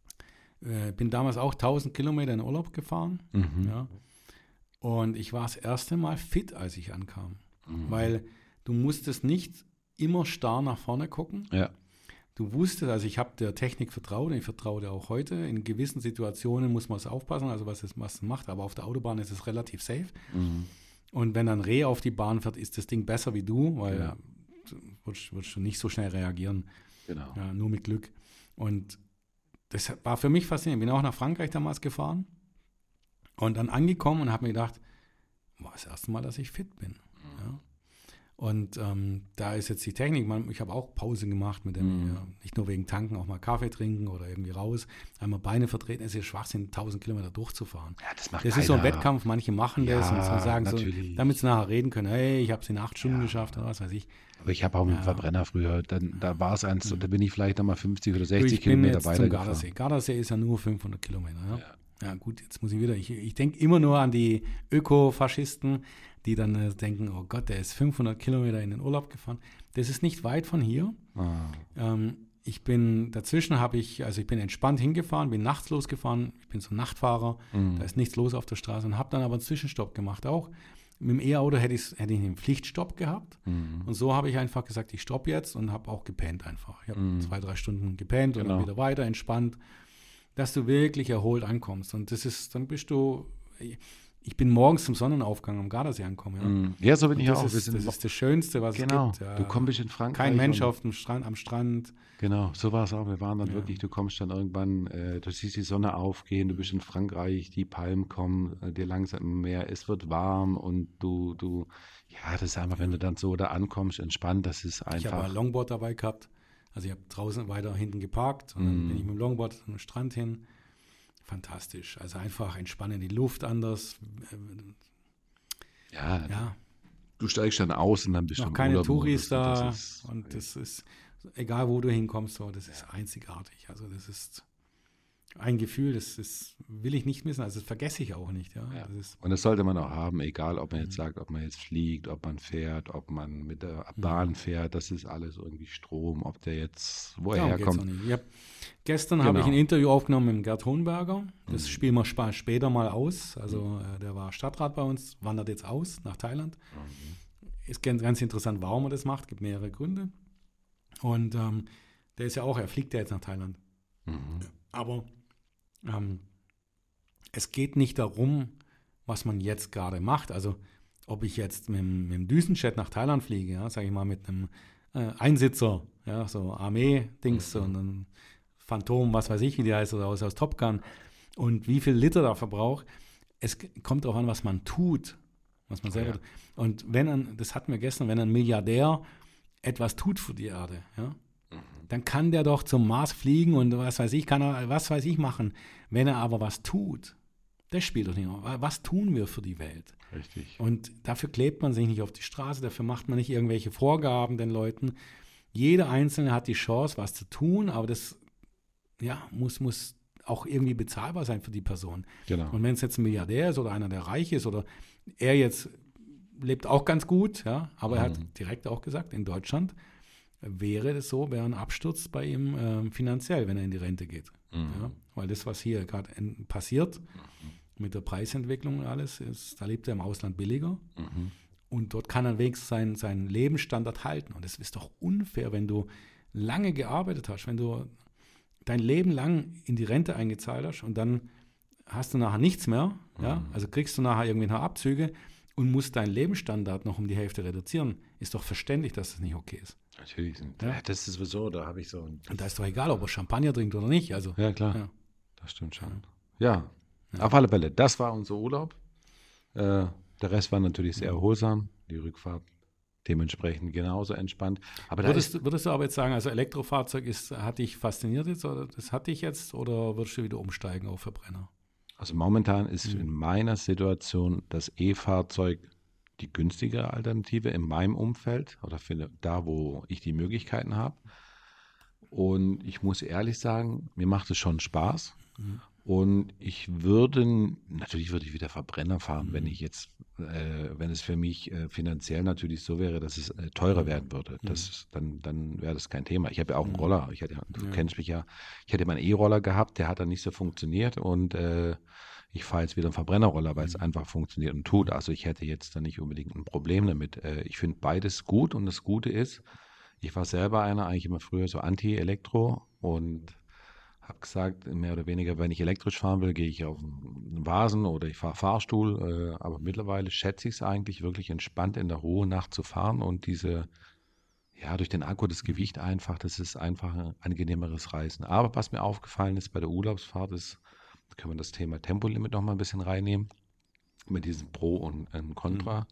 S1: Äh, bin damals auch tausend Kilometer in Urlaub gefahren.
S2: Mhm.
S1: Ja. Und ich war das erste Mal fit, als ich ankam.
S2: Mhm.
S1: Weil du musstest nicht immer starr nach vorne gucken.
S2: Ja,
S1: Du wusstest, also ich habe der Technik vertraut und ich vertraue dir auch heute. In gewissen Situationen muss man es aufpassen, also was es, was es macht. Aber auf der Autobahn ist es relativ safe.
S2: mhm.
S1: Und wenn dann Reh auf die Bahn fährt, ist das Ding besser wie du, weil
S2: Ja.
S1: du würdest, würdest du nicht so schnell reagieren.
S2: genau.
S1: Ja, nur mit Glück. Und das war für mich faszinierend. Bin auch nach Frankreich damals gefahren und dann angekommen und habe mir gedacht, war das erste Mal, dass ich fit bin. Ja. Und ähm, da ist jetzt die Technik, man, ich habe auch Pause gemacht mit dem,
S2: Mhm.
S1: ja, nicht nur wegen Tanken, auch mal Kaffee trinken oder irgendwie raus, einmal Beine vertreten, es ist ja Schwachsinn, tausend Kilometer durchzufahren.
S2: Ja, das macht
S1: Das ist so ein
S2: keiner.
S1: Wettkampf, manche machen das
S2: Ja,
S1: und so sagen so,
S2: natürlich.
S1: damit sie nachher reden können, hey, ich habe es in acht Stunden
S2: Ja.
S1: geschafft oder was weiß ich.
S2: Aber ich habe auch mit dem
S1: Ja.
S2: Verbrenner früher, dann, da war es eins, da bin ich vielleicht nochmal fünfzig oder
S1: Du,
S2: sechzig
S1: ich bin
S2: Kilometer
S1: jetzt zum
S2: weitergefahren.
S1: Gardasee. Gardasee ist ja nur fünfhundert Kilometer. Ja,
S2: Ja.
S1: ja gut, jetzt muss ich wieder, ich, ich denke immer nur an die Ökofaschisten, die dann äh, denken, oh Gott, der ist fünfhundert Kilometer in den Urlaub gefahren. Das ist nicht weit von hier.
S2: Ah.
S1: Ähm, ich bin, dazwischen habe ich, also ich bin entspannt hingefahren, bin nachts losgefahren, ich bin so ein Nachtfahrer,
S2: Mhm.
S1: da ist nichts los auf der Straße und habe dann aber einen Zwischenstopp gemacht auch. Mit dem E-Auto hätte, ich's- hätte ich einen Pflichtstopp gehabt
S2: Mhm.
S1: und so habe ich einfach gesagt, ich stoppe jetzt und habe auch gepennt einfach. Ich habe
S2: Mhm.
S1: zwei, drei Stunden gepennt und
S2: Genau.
S1: dann wieder weiter entspannt, dass du wirklich erholt ankommst und das ist, dann bist du, ich bin morgens zum Sonnenaufgang am Gardasee angekommen. Ja.
S2: Mhm. Ja, so bin
S1: Und
S2: ich
S1: das
S2: auch. Wir
S1: ist,
S2: sind
S1: das ist das Schönste, was
S2: genau.
S1: es gibt. Ja.
S2: Du kommst in Frankreich.
S1: Kein Mensch
S2: und-
S1: auf dem Strand, am Strand.
S2: Genau, so war es auch. Wir waren dann
S1: Ja.
S2: wirklich, du kommst dann irgendwann, äh, du siehst die Sonne aufgehen, du bist in Frankreich, die Palmen kommen äh, dir langsam im Meer, es wird warm und du, du, ja, das ist einfach, wenn du dann so da ankommst, entspannt, das ist
S1: Ich habe
S2: einfach.
S1: ein Longboard dabei gehabt. Also ich habe draußen weiter hinten geparkt und dann
S2: Mm.
S1: bin ich mit dem Longboard am Strand hin. Fantastisch. Also einfach entspannen, die Luft anders. Äh,
S2: Ja,
S1: Ja,
S2: du steigst dann aus und dann bist du
S1: noch
S2: im
S1: keine
S2: Urlaubmodus
S1: Touris
S2: und
S1: da.
S2: das ist-
S1: Und das ist, egal wo du hinkommst, so, das ist einzigartig. Also das ist ein Gefühl, das, das will ich nicht missen. Also das vergesse ich auch nicht. Ja.
S2: Ja.
S1: Das ist,
S2: Und das sollte man auch haben, egal ob man jetzt sagt, ob man jetzt fliegt, ob man fährt, ob man mit der Bahn fährt, das ist alles irgendwie Strom, ob der jetzt, wo er
S1: darum geht's
S2: herkommt.
S1: auch nicht. Ich hab, gestern habe ich
S2: Genau.
S1: ein Interview aufgenommen mit dem Gerd Hohenberger. Das
S2: Mhm.
S1: spielen wir spa- später mal aus. Also äh, der war Stadtrat bei uns, wandert jetzt aus nach Thailand. Ist ganz, ganz interessant, warum er das macht. Gibt mehrere Gründe. Und ähm, der ist ja auch, er fliegt ja jetzt nach Thailand.
S2: Mhm.
S1: Aber ähm, es geht nicht darum, was man jetzt gerade macht. Also ob ich jetzt mit, dem- mit dem Düsenjet nach Thailand fliege, ja, sage ich mal mit einem äh, Einsitzer, ja, so Armee-Dings, so ein Phantom, was weiß ich, wie die heißt, oder aus, aus Top Gun, und wie viel Liter da verbraucht. Es g- kommt darauf an, was man tut, was man selber
S2: Ja.
S1: tut. Und wenn ein, das hatten wir gestern, wenn ein Milliardär etwas tut für die Erde, ja, dann kann der doch zum Mars fliegen und was weiß ich, kann er, was weiß ich machen. Wenn er aber was tut, das spielt doch nicht mehr. Was tun wir für die Welt?
S2: Richtig.
S1: Und dafür klebt man sich nicht auf die Straße, dafür macht man nicht irgendwelche Vorgaben den Leuten. Jeder Einzelne hat die Chance, was zu tun, aber das ja, muss, muss auch irgendwie bezahlbar sein für die Person.
S2: Genau.
S1: Und wenn es jetzt ein Milliardär ist oder einer, der reich ist oder er jetzt lebt auch ganz gut, ja, aber er
S2: Mhm.
S1: hat direkt auch gesagt, in Deutschland wäre es so, wäre ein Absturz bei ihm ähm, finanziell, wenn er in die Rente geht.
S2: Mhm.
S1: Ja, weil das, was hier gerade en- passiert mit der Preisentwicklung und alles, ist, da lebt er im Ausland billiger
S2: Mhm.
S1: und dort kann er wenigstens seinen, seinen Lebensstandard halten. Und es ist doch unfair, wenn du lange gearbeitet hast, wenn du dein Leben lang in die Rente eingezahlt hast und dann hast du nachher nichts mehr, ja, also kriegst du nachher irgendwie noch Abzüge und musst deinen Lebensstandard noch um die Hälfte reduzieren, ist doch verständlich, dass das nicht okay ist.
S2: Natürlich. Sind,
S1: Ja.
S2: ja. Das ist sowieso, da habe ich so ein.
S1: Und da ist doch egal, ob er Champagner trinkt oder nicht. Also,
S2: Ja, klar.
S1: Ja.
S2: Das stimmt schon. Ja.
S1: Ja.
S2: Auf alle Fälle, das war unser Urlaub. Äh, der Rest war natürlich sehr erholsam. Die Rückfahrt dementsprechend genauso entspannt. Aber da
S1: Würdest,
S2: ist,
S1: würdest du aber jetzt sagen, also Elektrofahrzeug ist, hat dich fasziniert jetzt oder das hat dich jetzt oder würdest du wieder umsteigen auf Verbrenner?
S2: also momentan ist in meiner Situation das E-Fahrzeug die günstigere Alternative in meinem Umfeld oder für da, wo ich die Möglichkeiten habe. Und ich muss ehrlich sagen, mir macht es schon Spaß.
S1: Mhm.
S2: Und ich würde, natürlich würde ich wieder Verbrenner fahren, wenn ich jetzt, äh, wenn es für mich äh, finanziell natürlich so wäre, dass es äh, teurer werden würde. Das, ist- dann, dann wäre das kein Thema. Ich habe ja auch einen Roller. Ich hatte, ja- du
S1: Ja.
S2: kennst mich ja. Ich hätte mal einen E-Roller gehabt, der hat dann nicht so funktioniert und äh, ich fahre jetzt wieder einen Verbrennerroller, weil es einfach funktioniert und tut. Also ich hätte jetzt dann nicht unbedingt ein Problem damit. Äh, ich finde beides gut und das Gute ist, ich war selber einer, eigentlich immer früher so Anti-Elektro und habe gesagt, mehr oder weniger, wenn ich elektrisch fahren will, gehe ich auf einen Vasen oder ich fahre Fahrstuhl. Äh, aber mittlerweile schätze ich es eigentlich wirklich entspannt in der Ruhe Nacht zu fahren und diese, ja, durch den Akku das Gewicht einfach, das ist einfach ein angenehmeres Reisen. Aber was mir aufgefallen ist bei der Urlaubsfahrt ist, da können wir das Thema Tempolimit noch mal ein bisschen reinnehmen, mit diesem Pro und ähm, Contra.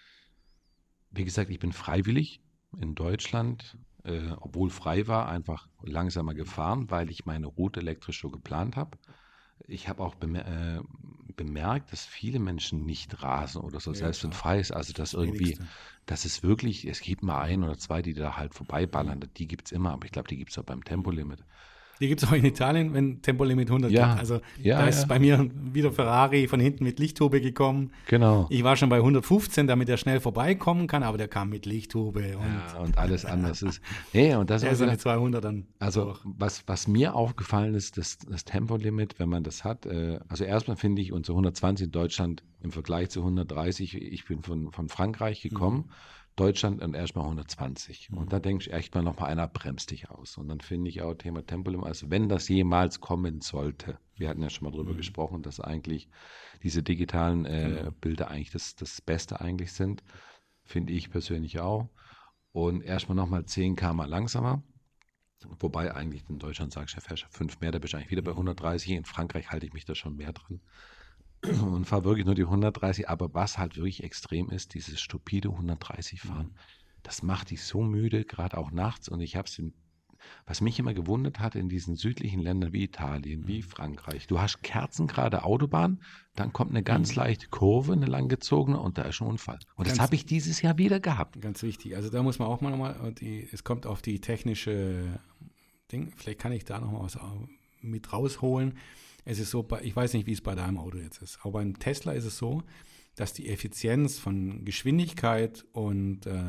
S2: Wie gesagt, ich bin freiwillig in Deutschland, äh, obwohl frei war, einfach langsamer gefahren, weil ich meine Route elektrisch so geplant habe. Ich habe auch bemer äh, bemerkt, dass viele Menschen nicht rasen oder so,
S1: Ja,
S2: selbst wenn
S1: klar.
S2: frei ist. Also, dass irgendwie,
S1: Wenigste.
S2: dass es wirklich, es gibt mal ein oder zwei, die da halt vorbeiballern. Die gibt es immer, aber ich glaube, die gibt es auch beim Tempolimit.
S1: Die gibt es auch in Italien, wenn Tempolimit hundert
S2: Ja,
S1: gibt. Also
S2: ja,
S1: da ist
S2: ja.
S1: bei mir wieder Ferrari von hinten mit Lichthube gekommen.
S2: Genau.
S1: Ich war schon bei hundertfünfzehn, damit er schnell vorbeikommen kann, aber der kam mit Lichthube und
S2: Ja, und alles anders ist. Nee, und das
S1: der
S2: auch
S1: ist dann
S2: wieder,
S1: mit zweihundert dann
S2: also
S1: durch.
S2: was, was mir aufgefallen ist, das, das Tempolimit, wenn man das hat, äh, also erstmal finde ich unser hundertzwanzig in Deutschland im Vergleich zu hundertdreißig, ich bin von, von Frankreich gekommen, Deutschland und erstmal hundertzwanzig. Und da denke ich echt mal noch mal, einer bremst dich aus. Und dann finde ich auch Thema Tempolimit, also wenn das jemals kommen sollte, wir hatten ja schon mal drüber gesprochen, dass eigentlich diese digitalen äh, Bilder eigentlich das, das Beste eigentlich sind, finde ich persönlich auch. Und erstmal nochmal zehn Kilometer pro Stunde langsamer. Wobei eigentlich in Deutschland sagst du ja fährst fünf mehr, da bist du eigentlich wieder bei hundertdreißig. In Frankreich halte ich mich da schon mehr dran und fahre wirklich nur die hundertdreißig. Aber was halt wirklich extrem ist, dieses stupide hundertdreißig fahren, das macht dich so müde, gerade auch nachts. Und ich habe es, was mich immer gewundert hat, in diesen südlichen Ländern wie Italien, wie Frankreich, du hast kerzengerade Autobahn, dann kommt eine ganz leichte Kurve, eine langgezogene und da ist ein Unfall. Und das
S1: Ganz-
S2: habe ich dieses Jahr wieder gehabt.
S1: Ganz wichtig. Also da muss man auch mal nochmal, die, es kommt auf die technische Ding, vielleicht kann ich da nochmal was mit rausholen. Es ist so, bei, ich weiß nicht, wie es bei deinem Auto jetzt ist, aber beim Tesla ist es so, dass die Effizienz von Geschwindigkeit und äh,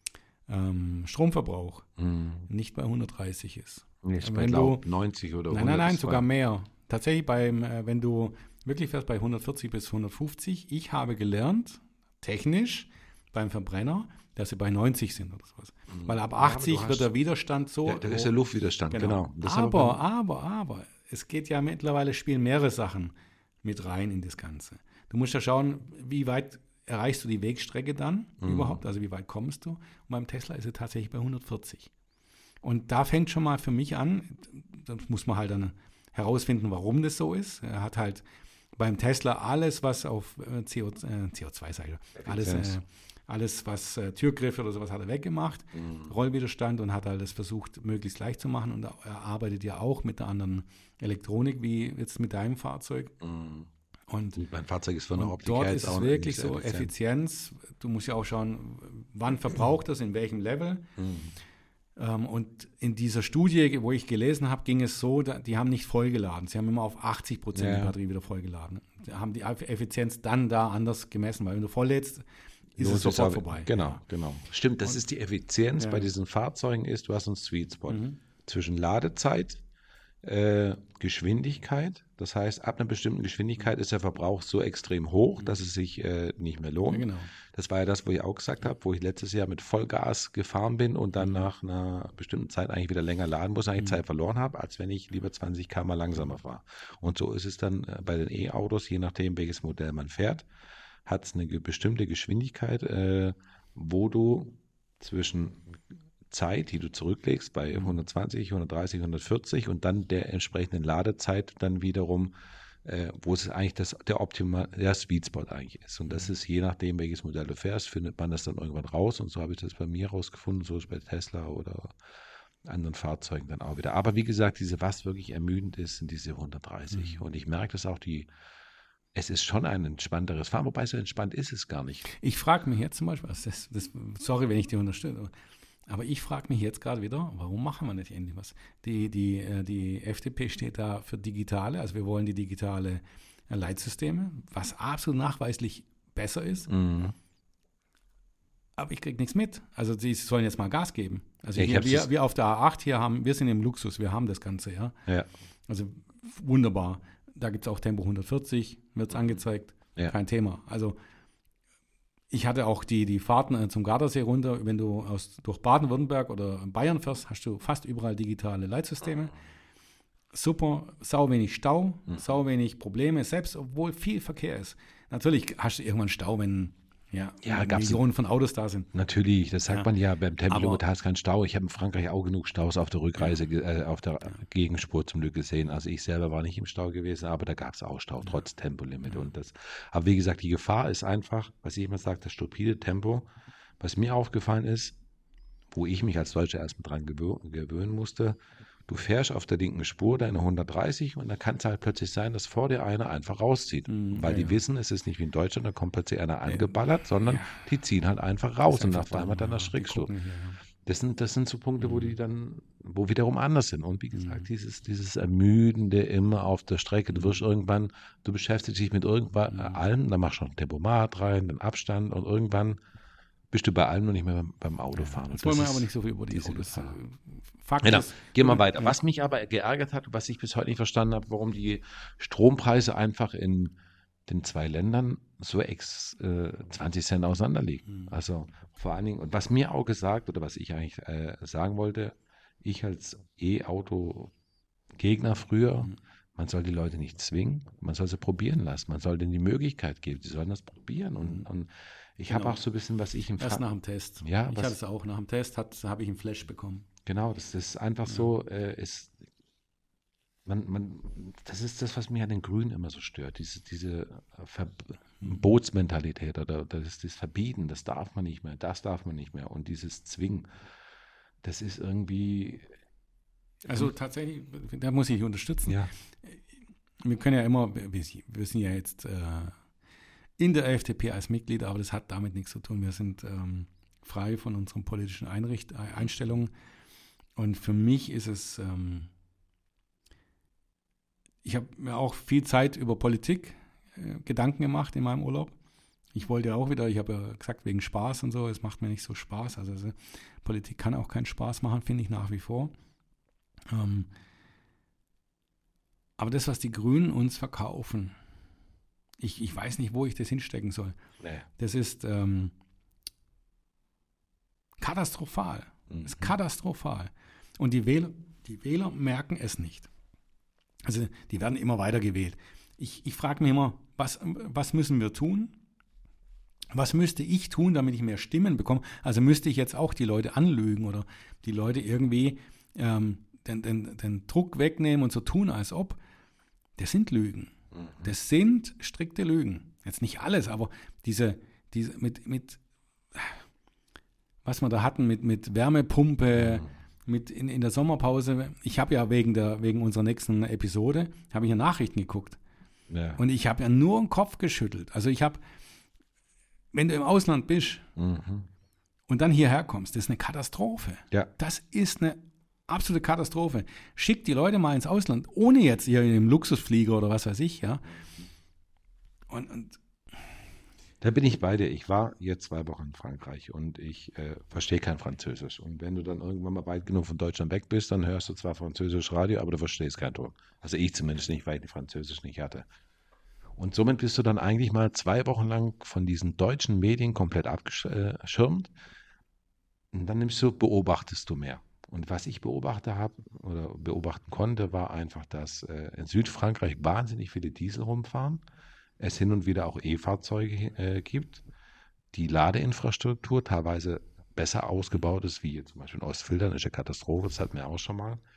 S1: ähm, Stromverbrauch nicht bei hundertdreißig ist.
S2: Nee, ich
S1: Wenn
S2: glaube
S1: du-
S2: neunzig oder
S1: Nein, nein, nein,
S2: hundert,
S1: sogar mehr. Tatsächlich beim, äh, wenn du wirklich fährst bei hundertvierzig bis hundertfünfzig, ich habe gelernt, technisch beim Verbrenner, dass sie bei neunzig sind oder sowas. Weil ab
S2: aber du
S1: achtzig
S2: hast-
S1: wird der Widerstand so.
S2: Da, da ist der Luftwiderstand, genau. Das ist
S1: aber, aber, aber, es geht ja mittlerweile, spielen mehrere Sachen mit rein in das Ganze. Du musst ja schauen, wie weit erreichst du die Wegstrecke dann überhaupt, also wie weit kommst du. Und beim Tesla ist er tatsächlich bei hundertvierzig. Und da fängt schon mal für mich an, das muss man halt dann herausfinden, warum das so ist. Er hat halt beim Tesla alles, was auf äh, C O, äh, C O zwei, sage ich, alles, äh, alles, was äh, Türgriffe oder sowas hat er weggemacht, Rollwiderstand und hat alles versucht, möglichst leicht zu machen. Und er arbeitet ja auch mit einer anderen Elektronik, wie jetzt mit deinem Fahrzeug. Und
S2: Mein Fahrzeug ist von der
S1: und
S2: Optik
S1: dort
S2: her
S1: ist
S2: jetzt
S1: es
S2: auch
S1: wirklich
S2: nicht sehr
S1: so,
S2: effizient.
S1: Effizienz, du musst ja auch schauen, wann verbraucht das, in welchem Level. Ähm, und in dieser Studie, wo ich gelesen habe, ging es so, da, die haben nicht vollgeladen. Sie haben immer auf achtzig Prozent
S2: Ja.
S1: die Batterie wieder vollgeladen. Sie haben die Effizienz dann da anders gemessen, weil wenn du volllädst, ist
S2: Lohnt
S1: es
S2: sich
S1: sofort
S2: aber-
S1: vorbei.
S2: Genau,
S1: Ja.
S2: genau. Stimmt, das ist die Effizienz
S1: Ja.
S2: bei diesen Fahrzeugen ist, du hast einen Sweet Spot
S1: Mhm.
S2: zwischen Ladezeit, äh, Geschwindigkeit. Das heißt, ab einer bestimmten Geschwindigkeit ist der Verbrauch so extrem hoch, dass es sich äh, nicht mehr lohnt.
S1: Ja, genau.
S2: Das war ja das, wo ich auch gesagt habe, wo ich letztes Jahr mit Vollgas gefahren bin und
S1: Mhm.
S2: dann nach einer bestimmten Zeit eigentlich wieder länger laden muss, eigentlich Zeit verloren habe, als wenn ich lieber zwanzig Kilometer pro Stunde langsamer fahre. Und so ist es dann äh, bei den E-Autos, je nachdem, welches Modell man fährt, hat es eine ge- bestimmte Geschwindigkeit, äh, wo du zwischen Zeit, die du zurücklegst bei hundertzwanzig, hundertdreißig, hundertvierzig und dann der entsprechenden Ladezeit dann wiederum äh, wo es eigentlich das, der optimal, der Sweet Spot eigentlich ist. Und das
S1: Mhm.
S2: ist je nachdem, welches Modell du fährst, findet man das dann irgendwann raus. Und so habe ich das bei mir rausgefunden, so ist es bei Tesla oder anderen Fahrzeugen dann auch wieder. Aber wie gesagt, diese, was wirklich ermüdend ist, sind diese hundertdreißig.
S1: Mhm.
S2: Und ich merke das auch, die, es ist schon ein entspannteres Fahren, wobei so entspannt ist es gar nicht.
S1: Ich frage mich jetzt zum Beispiel, also das, das, sorry, wenn ich dir unterstütze, aber ich frage mich jetzt gerade wieder, warum machen wir nicht endlich was? Die, die, äh, die F D P steht da für digitale, also wir wollen die digitale äh, Leitsysteme, was absolut nachweislich besser ist,
S2: Mhm.
S1: aber ich kriege nichts mit. Also sie sollen jetzt mal Gas geben. Also
S2: Ja, ich
S1: hier,
S2: hab's
S1: wir,
S2: das-
S1: wir auf der A acht hier haben, wir sind im Luxus, wir haben das Ganze, ja.
S2: Ja,
S1: Also wunderbar. Da gibt es auch Tempo hundertvierzig, wird es angezeigt,
S2: ja.
S1: kein Thema. Also ich hatte auch die, die Fahrten äh, zum Gardasee runter, wenn du aus, durch Baden-Württemberg oder Bayern fährst, hast du fast überall digitale Leitsysteme. Super, sau wenig Stau,
S2: Mhm.
S1: sau wenig Probleme, selbst obwohl viel Verkehr ist. Natürlich hast du irgendwann Stau, wenn ja,
S2: Ja, gab's-
S1: Millionen von Autos da sind.
S2: Natürlich, das sagt
S1: Ja.
S2: man ja beim Tempolimit
S1: Aber-
S2: hast kein Stau. Ich habe in Frankreich auch genug Staus auf der Rückreise, ge- äh, auf der Gegenspur zum Glück gesehen. Also ich selber war nicht im Stau gewesen, aber da gab es auch Stau, trotz Tempolimit. Und das, aber wie gesagt, die Gefahr ist einfach, was ich immer sage, das stupide Tempo. Was mir aufgefallen ist, wo ich mich als Deutscher erstmal dran gewö gewöhnen musste, du fährst auf der linken Spur deine hundertdreißig und dann kann es halt plötzlich sein, dass vor dir einer einfach rauszieht.
S1: Mhm,
S2: Weil
S1: ja,
S2: die
S1: ja.
S2: wissen, es ist nicht wie in Deutschland, da kommt plötzlich einer angeballert, sondern
S1: ja.
S2: die ziehen halt einfach raus und
S1: Einfach
S2: auf einmal
S1: dumm,
S2: dann
S1: ja.
S2: erschrickst
S1: Die
S2: du.
S1: gucken hier, ja.
S2: Das sind, das sind so Punkte, wo die dann, wo wiederum anders sind. Und wie gesagt,
S1: Mhm.
S2: dieses, dieses Ermüdende immer auf der Strecke, du wirst irgendwann, du beschäftigst dich mit irgendwann
S1: Mhm.
S2: allem, dann machst du noch ein Tempomat rein, den Abstand und irgendwann bist du bei allem noch nicht mehr beim, beim Autofahren.
S1: Jetzt
S2: Und das
S1: wollen wir
S2: ist
S1: aber nicht so viel über die
S2: diese
S1: Autos
S2: Gefahr.
S1: sagen. Fakt
S2: Genau,
S1: ist,
S2: gehen wir weiter.
S1: Ja.
S2: Was mich aber geärgert hat, was ich bis heute nicht verstanden habe, warum die Strompreise einfach in den zwei Ländern so ex äh, zwanzig Cent auseinander liegen.
S1: Mhm.
S2: Also vor allen Dingen, und was mir auch gesagt, oder was ich eigentlich äh, sagen wollte, ich als E-Auto-Gegner früher,
S1: Mhm.
S2: man soll die Leute nicht zwingen, man soll sie probieren lassen, man soll denen die Möglichkeit geben, sie sollen das probieren. Und, und ich habe
S1: Genau.
S2: auch so ein bisschen, was ich im
S1: Erst
S2: Fra
S1: nach dem Test.
S2: Ja,
S1: ich
S2: was-
S1: hatte es auch. Nach dem Test habe ich einen Flash bekommen.
S2: Genau, das ist einfach so, äh, ist, man, man, das ist das, was mich an den Grünen immer so stört, diese, diese äh, Verbotsmentalität oder das ist das Verbieten, das darf man nicht mehr, das darf man nicht mehr und dieses Zwingen, das ist irgendwie,
S1: Also tatsächlich, da muss ich unterstützen.
S2: ja,
S1: Wir können ja immer, wir, wir sind ja jetzt äh, in der F D P als Mitglied, aber das hat damit nichts zu tun. Wir sind ähm, frei von unseren politischen Einricht Einstellungen. Und für mich ist es, ähm, ich habe mir auch viel Zeit über Politik äh, Gedanken gemacht in meinem Urlaub. Ich wollte ja auch wieder, ich habe ja gesagt, wegen Spaß und so, es macht mir nicht so Spaß. Also, also Politik kann auch keinen Spaß machen, finde ich nach wie vor. Ähm, aber das, was die Grünen uns verkaufen, ich, ich weiß nicht, wo ich das hinstecken soll.
S2: nee.
S1: Das ist ähm, katastrophal. Das ist katastrophal. Und die Wähler, die Wähler merken es nicht. Also die werden immer weiter gewählt. Ich, ich frage mich immer, was, was müssen wir tun? Was müsste ich tun, damit ich mehr Stimmen bekomme? Also müsste ich jetzt auch die Leute anlügen oder die Leute irgendwie ähm, den, den, den Druck wegnehmen und so tun, als ob. Das sind Lügen. Das sind strikte Lügen. Jetzt nicht alles, aber diese, diese mit, mit was wir da hatten, mit, mit Wärmepumpe, mit in, in der Sommerpause. Ich habe ja wegen, der, wegen unserer nächsten Episode, habe ich ja Nachrichten geguckt.
S2: Ja.
S1: Und ich habe ja nur den Kopf geschüttelt. Also ich habe, wenn du im Ausland bist
S2: Mhm.
S1: und dann hierher kommst, das ist eine Katastrophe.
S2: Ja.
S1: Das ist eine absolute Katastrophe. Schick die Leute mal ins Ausland, ohne jetzt hier in einem Luxusflieger oder was weiß ich, ja. Und, und
S2: Da bin ich bei dir. Ich war jetzt zwei Wochen in Frankreich und ich äh, verstehe kein Französisch. Und wenn du dann irgendwann mal weit genug von Deutschland weg bist, dann hörst du zwar Französisch Radio, aber du verstehst kein Ton. Also ich zumindest nicht, weil ich die Französisch nicht hatte. Und somit bist du dann eigentlich mal zwei Wochen lang von diesen deutschen Medien komplett abgeschirmt. Und dann nimmst du, beobachtest du mehr. Und was ich beobachtet habe oder beobachten konnte, war einfach, dass äh, in Südfrankreich wahnsinnig viele Diesel rumfahren. Es hin und wieder auch E-Fahrzeuge äh, gibt, die Ladeinfrastruktur teilweise besser ausgebaut ist, wie zum Beispiel in Ostfildern, ist eine Katastrophe, das hatten wir auch schon mal.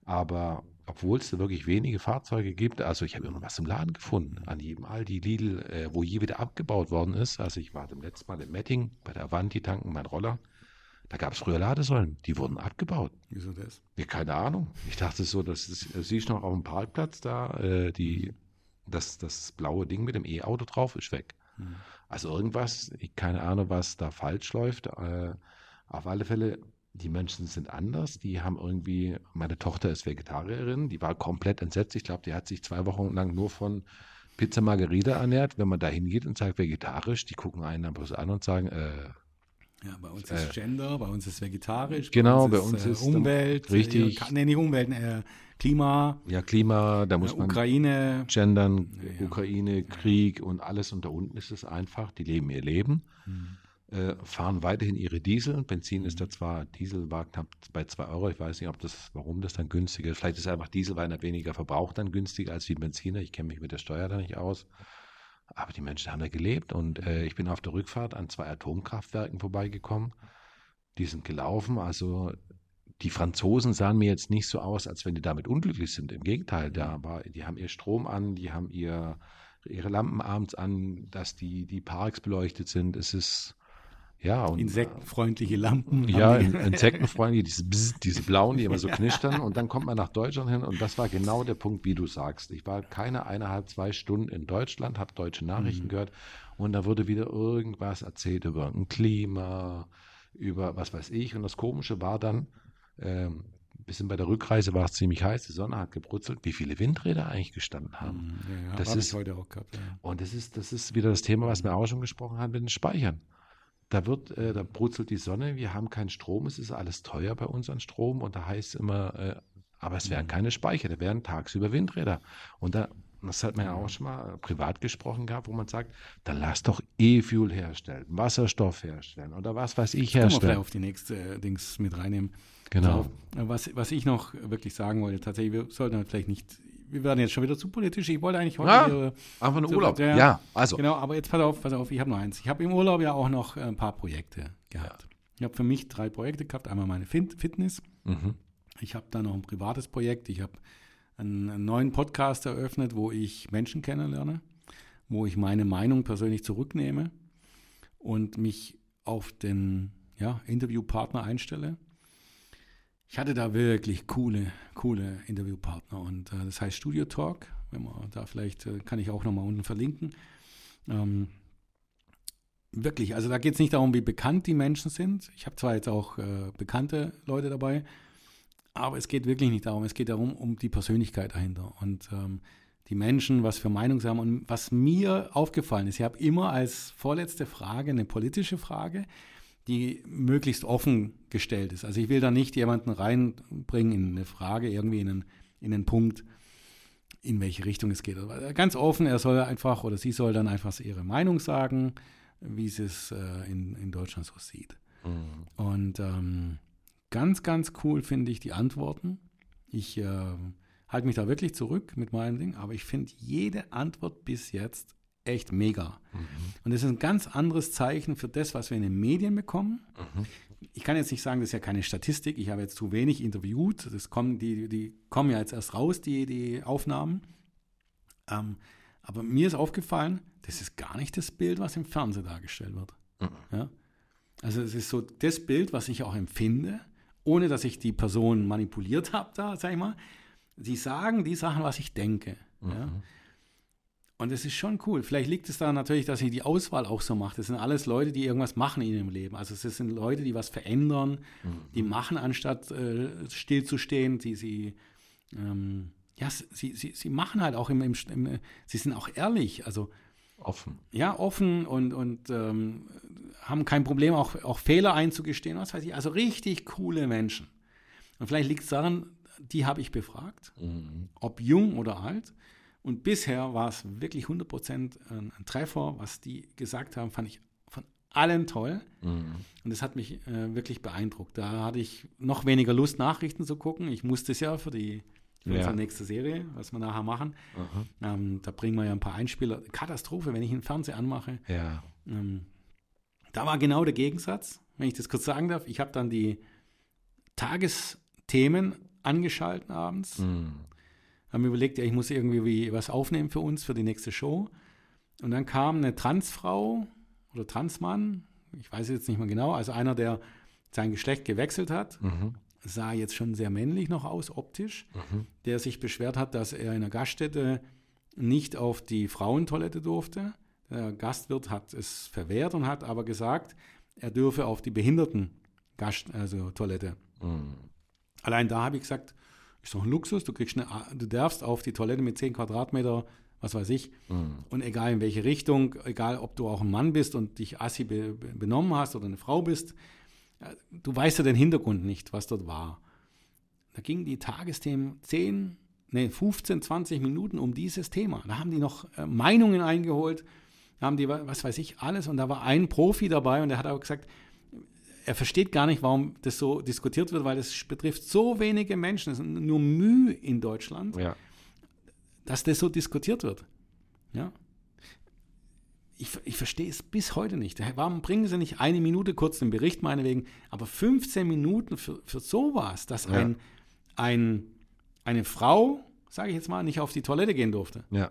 S2: Aber obwohl es da wirklich wenige Fahrzeuge gibt, also ich habe immer was im Laden gefunden, an jedem Aldi, Lidl, äh, wo je wieder abgebaut worden ist. Also ich war dem letzten Mal in Metting bei der Avanti tanken, mein Roller. Da gab es früher Ladesäulen, die wurden abgebaut.
S1: Wieso das?
S2: Ja, keine Ahnung. Ich dachte so, das ist, das siehst du noch auf dem Parkplatz da, äh, die, das, das blaue Ding mit dem E-Auto drauf ist weg.
S1: Hm.
S2: Also irgendwas, ich keine Ahnung, was da falsch läuft. Äh, auf alle Fälle, die Menschen sind anders. Die haben irgendwie, meine Tochter ist Vegetarierin, die war komplett entsetzt. Ich glaube, die hat sich zwei Wochen lang nur von Pizza Margherita ernährt. Wenn man da hingeht und sagt vegetarisch, die gucken einen dann bloß an und sagen, äh,
S1: Ja, bei uns
S2: Äh,
S1: ist Gender, bei uns ist vegetarisch,
S2: genau,
S1: bei
S2: bei
S1: uns
S2: uns
S1: ist, äh,
S2: ist dann
S1: Umwelt,
S2: richtig-
S1: äh, nee, nicht Umwelt, äh, Klima,
S2: ja, Klima, da muss
S1: äh,
S2: man
S1: Ukraine.
S2: gendern,
S1: Ja, ja.
S2: Ukraine, Krieg und alles. Und da unten ist es einfach, die leben ihr Leben,
S1: Hm.
S2: äh, fahren weiterhin ihre Diesel. Benzin ist da zwar, Diesel war knapp bei zwei Euro. Ich weiß nicht, ob das, warum das dann günstiger ist. Vielleicht ist einfach Diesel, weil er weniger verbraucht, dann günstiger als die Benziner. Ich kenne mich mit der Steuer da nicht aus. Aber die Menschen haben da gelebt. Und äh, ich bin auf der Rückfahrt an zwei Atomkraftwerken vorbeigekommen. Die sind gelaufen. Also die Franzosen sahen mir jetzt nicht so aus, als wenn die damit unglücklich sind. Im Gegenteil, da war, die haben ihr Strom an, die haben ihr, ihre Lampen abends an, dass die, die Parks beleuchtet sind. Es ist, ja. Und,
S1: Insektenfreundliche Lampen.
S2: ja,
S1: haben die.
S2: In- Insektenfreundliche, diese, Bzz, diese blauen, die immer so knistern. Und dann kommt man nach Deutschland hin und das war genau der Punkt, wie du sagst. Ich war keine eineinhalb, zwei Stunden in Deutschland, habe deutsche Nachrichten
S1: Mhm.
S2: gehört und da wurde wieder irgendwas erzählt über ein Klima, über was weiß ich. Und das Komische war dann, ähm, bisschen bei der Rückreise war es ziemlich heiß, die Sonne hat gebrutzelt, wie viele Windräder eigentlich gestanden haben.
S1: Hm, ja, ja,
S2: Das
S1: hab
S2: ist-
S1: ich heute auch gehabt. Ja.
S2: Und das ist, das ist wieder das Thema, was wir auch schon gesprochen haben mit den Speichern. Da wird, äh, da brutzelt die Sonne, wir haben keinen Strom, es ist alles teuer bei uns an Strom und da heißt es immer, äh, aber es wären keine Speicher, da wären tagsüber Windräder. Und da, das hat man ja auch schon mal privat gesprochen gehabt, wo man sagt, dann lass doch E-Fuel herstellen, Wasserstoff herstellen oder was weiß ich
S1: Können wir vielleicht
S2: herstellen.
S1: auf die nächste äh, Dings mit reinnehmen.
S2: Genau.
S1: Pass auf, Was, was ich noch wirklich sagen wollte, tatsächlich, wir sollten vielleicht nicht, wir werden jetzt schon wieder zu politisch. Ich wollte eigentlich heute
S2: Ah,
S1: hier,
S2: Einfach ein
S1: So,
S2: Urlaub.
S1: ja.
S2: Ja, also.
S1: genau, aber jetzt pass auf, pass auf, ich habe noch eins. Ich habe im Urlaub ja auch noch äh, ein paar Projekte gehabt. Ich habe für mich drei Projekte gehabt. Einmal meine Fit- Fitness.
S2: Mhm.
S1: Ich habe dann noch ein privates Projekt. Ich habe einen, einen neuen Podcast eröffnet, wo ich Menschen kennenlerne, wo ich meine Meinung persönlich zurücknehme und mich auf den ja, Interviewpartner einstelle. Ich hatte da wirklich coole, coole Interviewpartner und äh, das heißt Studio Talk. Wenn man da vielleicht, äh, kann ich auch nochmal unten verlinken. Ähm, wirklich, also da geht es nicht darum, wie bekannt die Menschen sind. Ich habe zwar jetzt auch äh, bekannte Leute dabei, aber es geht wirklich nicht darum. Es geht darum, um die Persönlichkeit dahinter und ähm, die Menschen, was für Meinungen sie haben. Und was mir aufgefallen ist, ich habe immer als vorletzte Frage eine politische Frage, die möglichst offen gestellt ist. Also ich will da nicht jemanden reinbringen in eine Frage, irgendwie in einen, in einen Punkt, in welche Richtung es geht. Aber ganz offen, er soll einfach oder sie soll dann einfach ihre Meinung sagen, wie sie es äh, in, in Deutschland so sieht.
S2: Mhm.
S1: Und ähm, ganz, ganz cool finde ich die Antworten. Ich äh, halte mich da wirklich zurück mit meinem Ding, aber ich finde jede Antwort bis jetzt echt mega.
S2: Mhm.
S1: Und das ist ein ganz anderes Zeichen für das, was wir in den Medien bekommen.
S2: Mhm.
S1: Ich kann jetzt nicht sagen, das ist ja keine Statistik. Ich habe jetzt zu wenig interviewt. Das kommen, die, die kommen ja jetzt erst raus, die, die Aufnahmen. Ähm, aber mir ist aufgefallen, das ist gar nicht das Bild, was im Fernsehen dargestellt wird.
S2: Mhm.
S1: Ja? Also es ist so das Bild, was ich auch empfinde, ohne dass ich die Person manipuliert habe da, sag ich mal. Sie sagen die Sachen, was ich denke.
S2: Mhm.
S1: Ja? Und es ist schon cool. Vielleicht liegt es daran natürlich, dass ich die Auswahl auch so mache. Das sind alles Leute, die irgendwas machen in ihrem Leben. Also es sind Leute, die was verändern,
S2: Mhm.
S1: die machen, anstatt äh, stillzustehen. Die, sie, ähm, ja, sie, sie, sie machen halt auch im, im, im, sie sind auch ehrlich. Also
S2: Offen.
S1: ja, offen und, und ähm, haben kein Problem, auch, auch Fehler einzugestehen. Was weiß ich. Also richtig coole Menschen. Und vielleicht liegt es daran, die habe ich befragt,
S2: Mhm.
S1: ob jung oder alt. Und bisher war es wirklich hundert Prozent ein, ein Treffer. Was die gesagt haben, fand ich von allen toll.
S2: Mhm.
S1: Und das hat mich äh, wirklich beeindruckt. Da hatte ich noch weniger Lust, Nachrichten zu gucken. Ich musste es ja für, die, für
S2: Ja.
S1: unsere nächste Serie, was wir nachher machen.
S2: Mhm.
S1: Ähm, da bringen wir ja ein paar Einspieler. Katastrophe, wenn ich einen Fernseher anmache.
S2: Ja.
S1: Ähm, da war genau der Gegensatz, wenn ich das kurz sagen darf. Ich habe dann die Tagesthemen angeschalten abends.
S2: Mhm.
S1: Haben mir überlegt, ja, ich muss irgendwie was aufnehmen für uns, für die nächste Show. Und dann kam eine Transfrau oder Transmann, ich weiß jetzt nicht mehr genau, also einer, der sein Geschlecht gewechselt hat,
S2: Mhm.
S1: sah jetzt schon sehr männlich noch aus, optisch,
S2: Mhm.
S1: der sich beschwert hat, dass er in der Gaststätte nicht auf die Frauentoilette durfte. Der Gastwirt hat es verwehrt und hat aber gesagt, er dürfe auf die Behinderten-Gast, also Toilette.
S2: Mhm.
S1: Allein da habe ich gesagt, ist doch ein Luxus, du kriegst eine, du darfst auf die Toilette mit zehn Quadratmeter, was weiß ich,
S2: Mhm.
S1: und egal in welche Richtung, egal ob du auch ein Mann bist und dich assi be, be, benommen hast oder eine Frau bist, du weißt ja den Hintergrund nicht, was dort war. Da gingen die Tagesthemen zehn, nee, fünfzehn, zwanzig Minuten um dieses Thema. Da haben die noch äh, Meinungen eingeholt, da haben die, was weiß ich, alles. Und da war ein Profi dabei und der hat auch gesagt, er versteht gar nicht, warum das so diskutiert wird, weil es betrifft so wenige Menschen, es ist nur Mühe in Deutschland,
S2: Ja.
S1: dass das so diskutiert wird. Ja. Ich, ich verstehe es bis heute nicht. Warum bringen sie nicht eine Minute kurz den Bericht meinetwegen, aber fünfzehn Minuten für, für sowas, dass
S2: Ja.
S1: ein, ein, eine Frau, sage ich jetzt mal, nicht auf die Toilette gehen durfte
S2: Ja.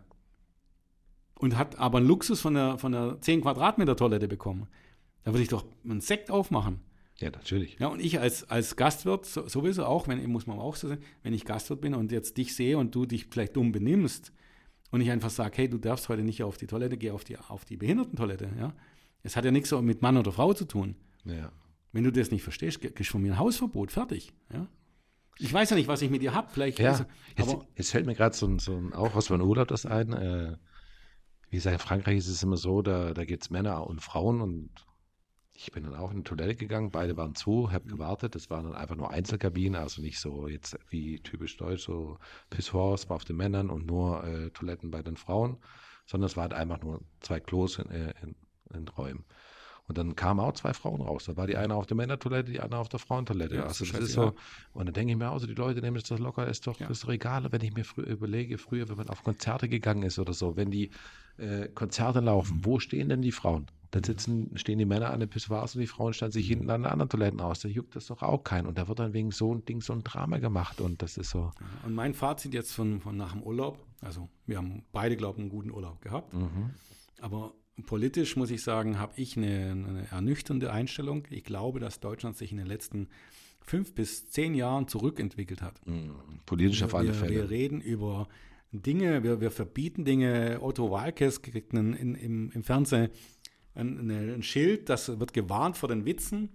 S1: und hat aber einen Luxus von der, von der zehn Quadratmeter Toilette bekommen. Da würde ich doch einen Sekt aufmachen.
S2: Ja, natürlich.
S1: Ja, und ich als, als Gastwirt so, sowieso auch, wenn, muss man auch so sagen, wenn ich Gastwirt bin und jetzt dich sehe und du dich vielleicht dumm benimmst und ich einfach sage, hey, du darfst heute nicht auf die Toilette, geh auf die, auf die Behindertentoilette. Ja? Es hat ja nichts so mit Mann oder Frau zu tun.
S2: Ja.
S1: Wenn du das nicht verstehst, kriegst du von mir ein Hausverbot, fertig. Ja? Ich weiß ja nicht, was ich mit dir habe. Vielleicht
S2: Ja,
S1: also,
S2: jetzt,
S1: aber
S2: jetzt fällt mir gerade so ein, so ein, auch was von Urlaub das ein. Äh, wie gesagt, in Frankreich ist es immer so, da, da gibt es Männer und Frauen und ich bin dann auch in die Toilette gegangen, beide waren zu, habe gewartet, das waren dann einfach nur Einzelkabinen, also nicht so jetzt wie typisch deutsch, so Pissoirs auf den Männern und nur äh, Toiletten bei den Frauen, sondern es waren einfach nur zwei Klos in, äh, in, in Räumen. Und dann kamen auch zwei Frauen raus. Da war die eine auf der Männertoilette, die andere auf der Frauentoilette.
S1: Ja,
S2: also
S1: ist
S2: das ist
S1: scheißegal.
S2: so, und dann denke ich mir, also die Leute nehmen das locker, ist doch,
S1: Ja.
S2: ist doch egal, wenn ich mir früher überlege, früher, wenn man auf Konzerte gegangen ist oder so, wenn die äh, Konzerte laufen, wo stehen denn die Frauen? Dann sitzen, stehen die Männer an den Pissoirs und die Frauen stellen sich hinten an den anderen Toiletten aus. Da juckt das doch auch keinen. Und da wird dann wegen so ein Ding so ein Drama gemacht. Und das ist so.
S1: und mein Fazit jetzt von, von nach dem Urlaub, also wir haben beide, glaube ich, einen guten Urlaub gehabt,
S2: Mhm.
S1: aber politisch muss ich sagen, habe ich eine, eine ernüchternde Einstellung. Ich glaube, dass Deutschland sich in den letzten fünf bis zehn Jahren zurückentwickelt hat.
S2: Mhm. Politisch auf alle
S1: wir,
S2: Fälle.
S1: Wir reden über Dinge, wir, wir verbieten Dinge. Otto Walkes kriegt einen, in, im, im Fernsehen ein, ein Schild, das wird gewarnt vor den Witzen.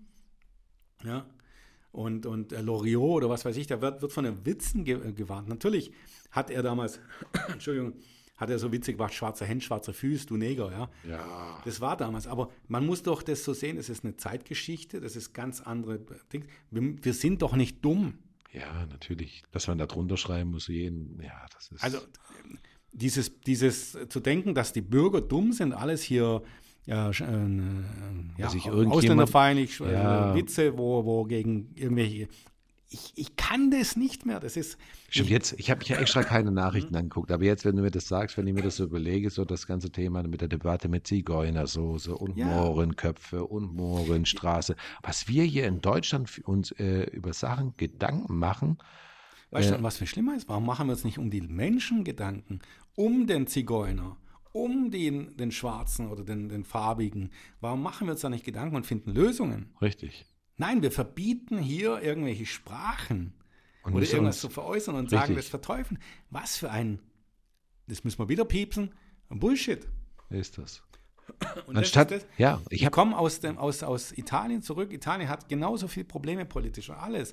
S1: Ja. Und, und äh, Loriot oder was weiß ich, da wird, wird von den Witzen ge, gewarnt. Natürlich hat er damals, Entschuldigung, hat er so witzig gemacht, schwarze Hände, schwarze Füße, du Neger, ja.
S2: Ja.
S1: Das war damals, aber man muss doch das so sehen, es ist eine Zeitgeschichte, das ist ganz andere Dinge. Wir, wir sind doch nicht dumm.
S2: Ja, natürlich. Dass man da drunter schreiben muss, jeden, ja, das ist.
S1: Also dieses, dieses zu denken, dass die Bürger dumm sind, alles hier ja, äh, ja,
S2: Dass sich irgendjemand-
S1: ausländerfeindlich, äh,
S2: Ja.
S1: Witze, wo, wo gegen irgendwelche. Ich, ich kann das nicht mehr. Das ist.
S2: Stimmt, jetzt, ich habe mich ja extra keine Nachrichten angeguckt, aber jetzt, wenn du mir das sagst, wenn ich mir das so überlege, so das ganze Thema mit der Debatte mit Zigeunersoße und
S1: Ja.
S2: Mohrenköpfe und Mohrenstraße, was wir hier in Deutschland für uns äh, über Sachen Gedanken machen,
S1: Weißt du, und was viel schlimmer ist? Warum machen wir uns nicht um die Menschen Gedanken? Um den Zigeuner, um den, den Schwarzen oder den, den Farbigen. Warum machen wir uns da nicht Gedanken und finden Lösungen?
S2: richtig.
S1: Nein, wir verbieten hier irgendwelche Sprachen
S2: Und
S1: oder
S2: müssen
S1: irgendwas
S2: uns-
S1: zu veräußern und sagen,
S2: Richtig.
S1: das verteufeln. Was für ein, das müssen wir wieder piepsen, Bullshit.
S2: Ist das.
S1: Und
S2: Anstatt,
S1: das ist das.
S2: ja, ich
S1: Ich
S2: habe,
S1: komme aus, dem, aus, aus Italien zurück. Italien hat genauso viele Probleme politisch und alles.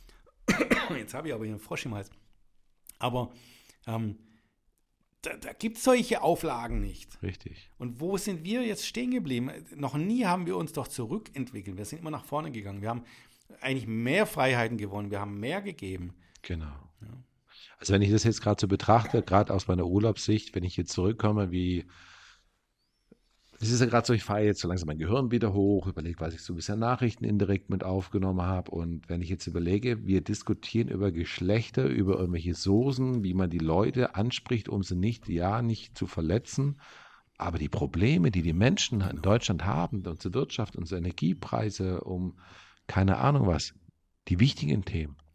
S1: Jetzt habe ich aber hier einen Frosch im Hals. Aber ähm, da, da gibt es solche Auflagen nicht.
S2: richtig.
S1: Und wo sind wir jetzt stehen geblieben? Noch nie haben wir uns doch zurückentwickelt. Wir sind immer nach vorne gegangen. Wir haben eigentlich mehr Freiheiten gewonnen. Wir haben mehr gegeben.
S2: Genau. Also wenn ich das jetzt gerade so betrachte, gerade aus meiner Urlaubssicht, wenn ich jetzt zurückkomme, wie, es ist ja gerade so, ich fahre jetzt so langsam mein Gehirn wieder hoch, überlege, was ich so bisher Nachrichten indirekt mit aufgenommen habe und wenn ich jetzt überlege, wir diskutieren über Geschlechter, über irgendwelche Soßen, wie man die Leute anspricht, um sie nicht, ja, nicht zu verletzen, aber die Probleme, die die Menschen in Deutschland haben, unsere Wirtschaft, unsere Energiepreise, um keine Ahnung was, die wichtigen Themen,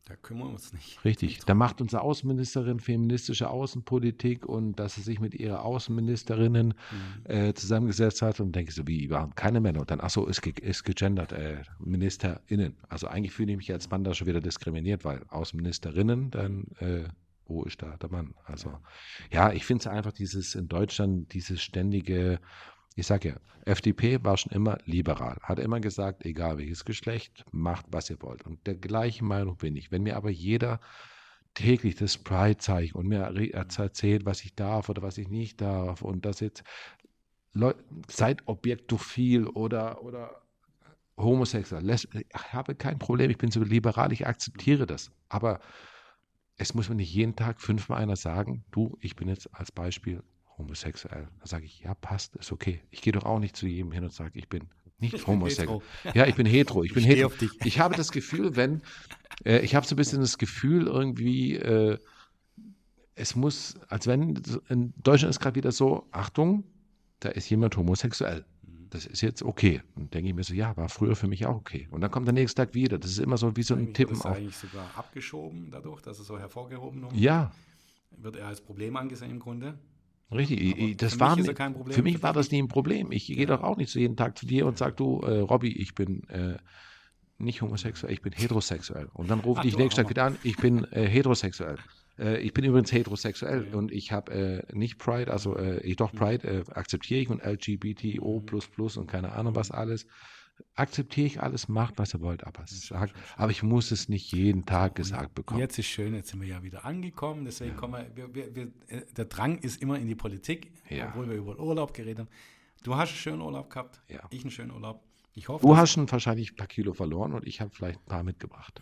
S1: Da kümmern wir uns nicht.
S2: Richtig. Da macht unsere Außenministerin feministische Außenpolitik und dass sie sich mit ihrer Außenministerinnen mhm. äh, zusammengesetzt hat und denke so, wie, wir haben keine Männer. Und dann, achso, ist, ge ist gegendert, äh, MinisterInnen. Also eigentlich fühle ich mich als Mann da schon wieder diskriminiert, weil Außenministerinnen, dann, äh, wo ist da der Mann? Also, ja, ich finde es einfach dieses in Deutschland, dieses ständige, ich sage ja, F D P war schon immer liberal, hat immer gesagt, egal welches Geschlecht, macht, was ihr wollt. Und der gleichen Meinung bin ich. Wenn mir aber jeder täglich das Pride zeigt und mir erzählt, was ich darf oder was ich nicht darf und das jetzt, Leute, seid objektophil oder, oder homosexuell, ich habe kein Problem, ich bin so liberal, ich akzeptiere das. Aber es muss mir nicht jeden Tag fünfmal einer sagen, du, ich bin jetzt als Beispiel homosexuell. Da sage ich, ja, passt, ist okay. Ich gehe doch auch nicht zu jedem hin und sage, ich bin nicht ich homosexuell. Bin ja, ich bin hetero. Ich bin ich hetero. Ich habe das Gefühl, wenn, äh, ich habe so ein bisschen das Gefühl irgendwie, äh, es muss, als wenn, in Deutschland ist gerade wieder so, Achtung, da ist jemand homosexuell. Das ist jetzt okay. Und denke ich mir so, ja, war früher für mich auch okay. Und dann kommt der nächste Tag wieder. Das ist immer so wie so ein Tippen auf.
S1: Ist eigentlich sogar abgeschoben dadurch, dass es so hervorgehoben wird?
S2: Ja.
S1: Wird er als Problem angesehen im Grunde?
S2: Richtig, das war nicht, für mich war das nie ein Problem. Ich gehe ja. doch auch nicht so jeden Tag zu dir und sage, du, äh, Robby, ich bin äh, nicht homosexuell, ich bin heterosexuell. Und dann rufe ich dich nächsten Tag wieder an, ich bin äh, heterosexuell. Äh, ich bin übrigens heterosexuell ja. und ich habe äh, nicht Pride, also äh, ich doch Pride äh, akzeptiere ich und L G B T O plus plus und keine Ahnung was alles. Akzeptiere ich alles, macht, was ihr wollt, aber, sagt, aber ich muss es nicht jeden Tag gesagt bekommen.
S1: Jetzt ist schön, jetzt sind wir ja wieder angekommen, deswegen ja. kommen wir, wir, wir, der Drang ist immer in die Politik, ja. obwohl wir über Urlaub geredet haben. Du hast einen schönen Urlaub gehabt, ja. ich einen schönen Urlaub. Ich hoffe,
S2: du hast schon wahrscheinlich ein paar Kilo verloren und ich habe vielleicht ein paar mitgebracht.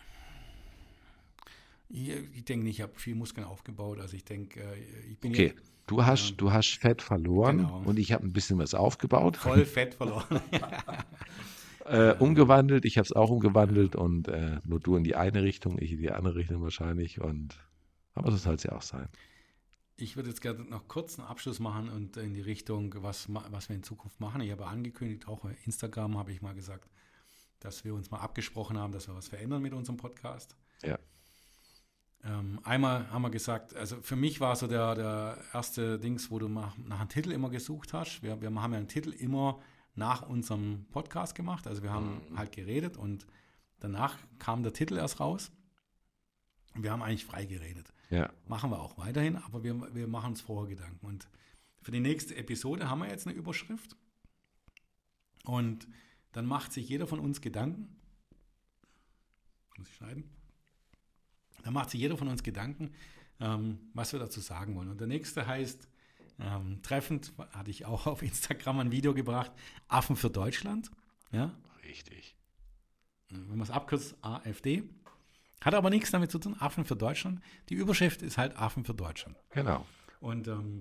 S1: Ich, ich denke nicht, ich habe viel Muskeln aufgebaut, also ich denke, ich bin
S2: okay.
S1: jetzt...
S2: Du hast, ja. du hast Fett verloren genau. und ich habe ein bisschen was aufgebaut.
S1: Voll Fett verloren.
S2: Äh, umgewandelt, ich habe es auch umgewandelt und äh, nur du in die eine Richtung, ich in die andere Richtung wahrscheinlich und aber so soll es ja auch sein.
S1: Ich würde jetzt gerne noch kurz einen Abschluss machen und in die Richtung, was, was wir in Zukunft machen. Ich habe angekündigt, auch bei Instagram habe ich mal gesagt, dass wir uns mal abgesprochen haben, dass wir was verändern mit unserem Podcast.
S2: Ja.
S1: Ähm, einmal haben wir gesagt, also für mich war so der, der erste Dings, wo du nach, nach einem Titel immer gesucht hast. Wir, wir haben ja einen Titel immer nach unserem Podcast gemacht. Also wir haben mhm. halt geredet und danach kam der Titel erst raus. Und wir haben eigentlich frei geredet.
S2: Ja.
S1: Machen wir auch weiterhin, aber wir, wir machen uns vorher Gedanken. Und für die nächste Episode haben wir jetzt eine Überschrift. Und dann macht sich jeder von uns Gedanken. Muss ich schneiden? Dann macht sich jeder von uns Gedanken, ähm, was wir dazu sagen wollen. Und der nächste heißt, Ähm, treffend, hatte ich auch auf Instagram ein Video gebracht, Affen für Deutschland. Ja?
S2: Richtig.
S1: Wenn man es abkürzt, A F D. Hat aber nichts damit zu tun, Affen für Deutschland. Die Überschrift ist halt Affen für Deutschland.
S2: Genau.
S1: Und ähm,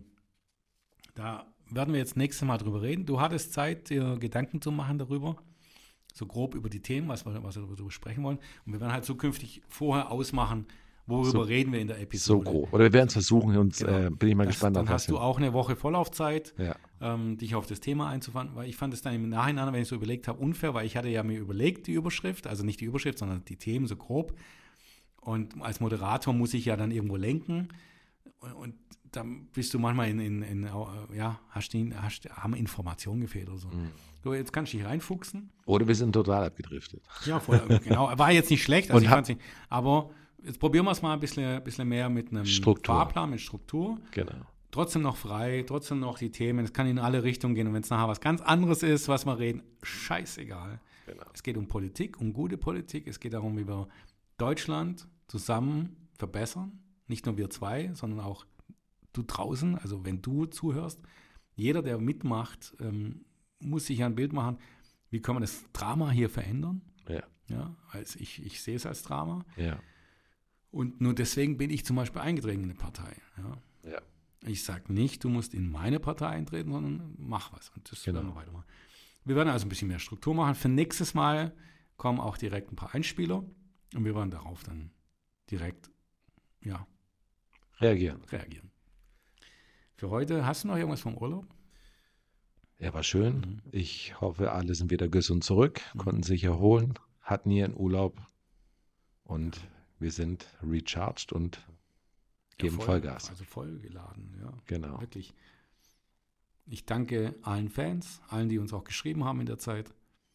S1: da werden wir jetzt nächstes Mal drüber reden. Du hattest Zeit, dir Gedanken zu machen darüber, so grob über die Themen, was wir, was wir darüber sprechen wollen. Und wir werden halt zukünftig vorher ausmachen, worüber so, reden wir in der Episode.
S2: So grob. Oder wir werden es versuchen, uns,
S1: genau.
S2: äh, bin ich mal
S1: das,
S2: gespannt.
S1: Dann hast du auch eine Woche Vorlaufzeit,
S2: ja. ähm,
S1: dich auf das Thema einzufangen, weil ich fand es dann im Nachhinein, wenn ich so überlegt habe, unfair, weil ich hatte ja mir überlegt, die Überschrift, also nicht die Überschrift, sondern die Themen so grob. Und als Moderator muss ich ja dann irgendwo lenken. Und, und dann bist du manchmal in, in, in ja, hast die, hast, haben Informationen gefehlt oder so. Mhm. So, jetzt kannst du dich reinfuchsen.
S2: Oder wir sind total abgedriftet.
S1: Ja, voll, genau. War jetzt nicht schlecht, also ich fand's nicht, aber jetzt probieren wir es mal ein bisschen, bisschen mehr mit einem
S2: Struktur.
S1: Fahrplan, mit Struktur.
S2: Genau.
S1: Trotzdem noch frei, trotzdem noch die Themen. Es kann in alle Richtungen gehen. Und wenn es nachher was ganz anderes ist, was wir reden, scheißegal.
S2: Genau.
S1: Es geht um Politik, um gute Politik. Es geht darum, wie wir Deutschland zusammen verbessern. Nicht nur wir zwei, sondern auch du draußen. Also wenn du zuhörst, jeder, der mitmacht, ähm, muss sich ja ein Bild machen, wie können wir das Drama hier verändern.
S2: Ja.
S1: Ja, also ich, ich sehe es als Drama.
S2: Ja.
S1: Und nur deswegen bin ich zum Beispiel eingetreten in eine Partei. Ja.
S2: Ja.
S1: Ich sage nicht, du musst in meine Partei eintreten, sondern mach was. Und das
S2: genau.
S1: werden wir weitermachen. Wir werden also ein bisschen mehr Struktur machen. Für nächstes Mal kommen auch direkt ein paar Einspieler und wir werden darauf dann direkt ja,
S2: reagieren.
S1: reagieren. Für heute, hast du noch irgendwas vom Urlaub?
S2: Ja, war schön.
S1: Mhm.
S2: Ich hoffe, alle sind wieder gesund zurück,
S1: mhm.
S2: konnten sich erholen, hatten ihren Urlaub und wir sind recharged und geben
S1: ja, voll,
S2: Vollgas.
S1: Also vollgeladen, ja.
S2: Genau.
S1: Wirklich. Ich danke allen Fans, allen, die uns auch geschrieben haben in der Zeit.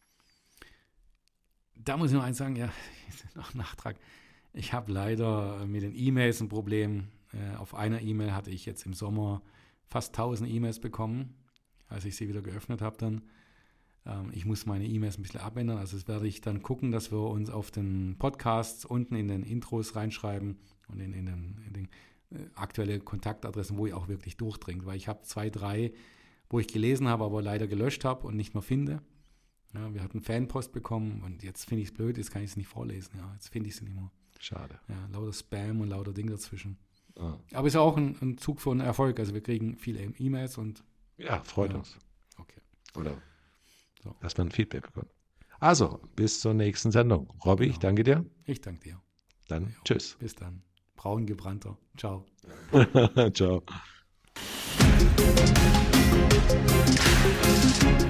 S1: Da muss ich noch eins sagen, ja, noch Nachtrag. Ich habe leider mit den E-Mails ein Problem. Äh, auf einer E-Mail hatte ich jetzt im Sommer fast tausend E-Mails bekommen, als ich sie wieder geöffnet habe dann. Ähm, ich muss meine E-Mails ein bisschen abändern, also das werde ich dann gucken, dass wir uns auf den Podcasts unten in den Intros reinschreiben und in, in den, in den äh, aktuelle Kontaktadressen, wo ich auch wirklich durchdringt, weil ich habe zwei, drei, wo ich gelesen habe, aber leider gelöscht habe und nicht mehr finde. Ja, wir hatten Fanpost bekommen und jetzt finde ich es blöd, jetzt kann ich es nicht vorlesen. Ja, jetzt finde ich es nicht mehr.
S2: Schade.
S1: Ja, lauter Spam und lauter Ding dazwischen.
S2: Ah.
S1: Aber es ist auch ein, ein Zug von Erfolg. Also wir kriegen viele E-Mails und
S2: Ja, freut
S1: ja.
S2: uns.
S1: Okay.
S2: Oder
S1: So.
S2: dass man Feedback bekommt. Also, bis zur nächsten Sendung. Robby,
S1: Genau.
S2: ich danke dir.
S1: Ich danke dir.
S2: Dann
S1: Ja.
S2: tschüss.
S1: Bis dann. Braun gebrannter. Ciao.
S2: Ciao.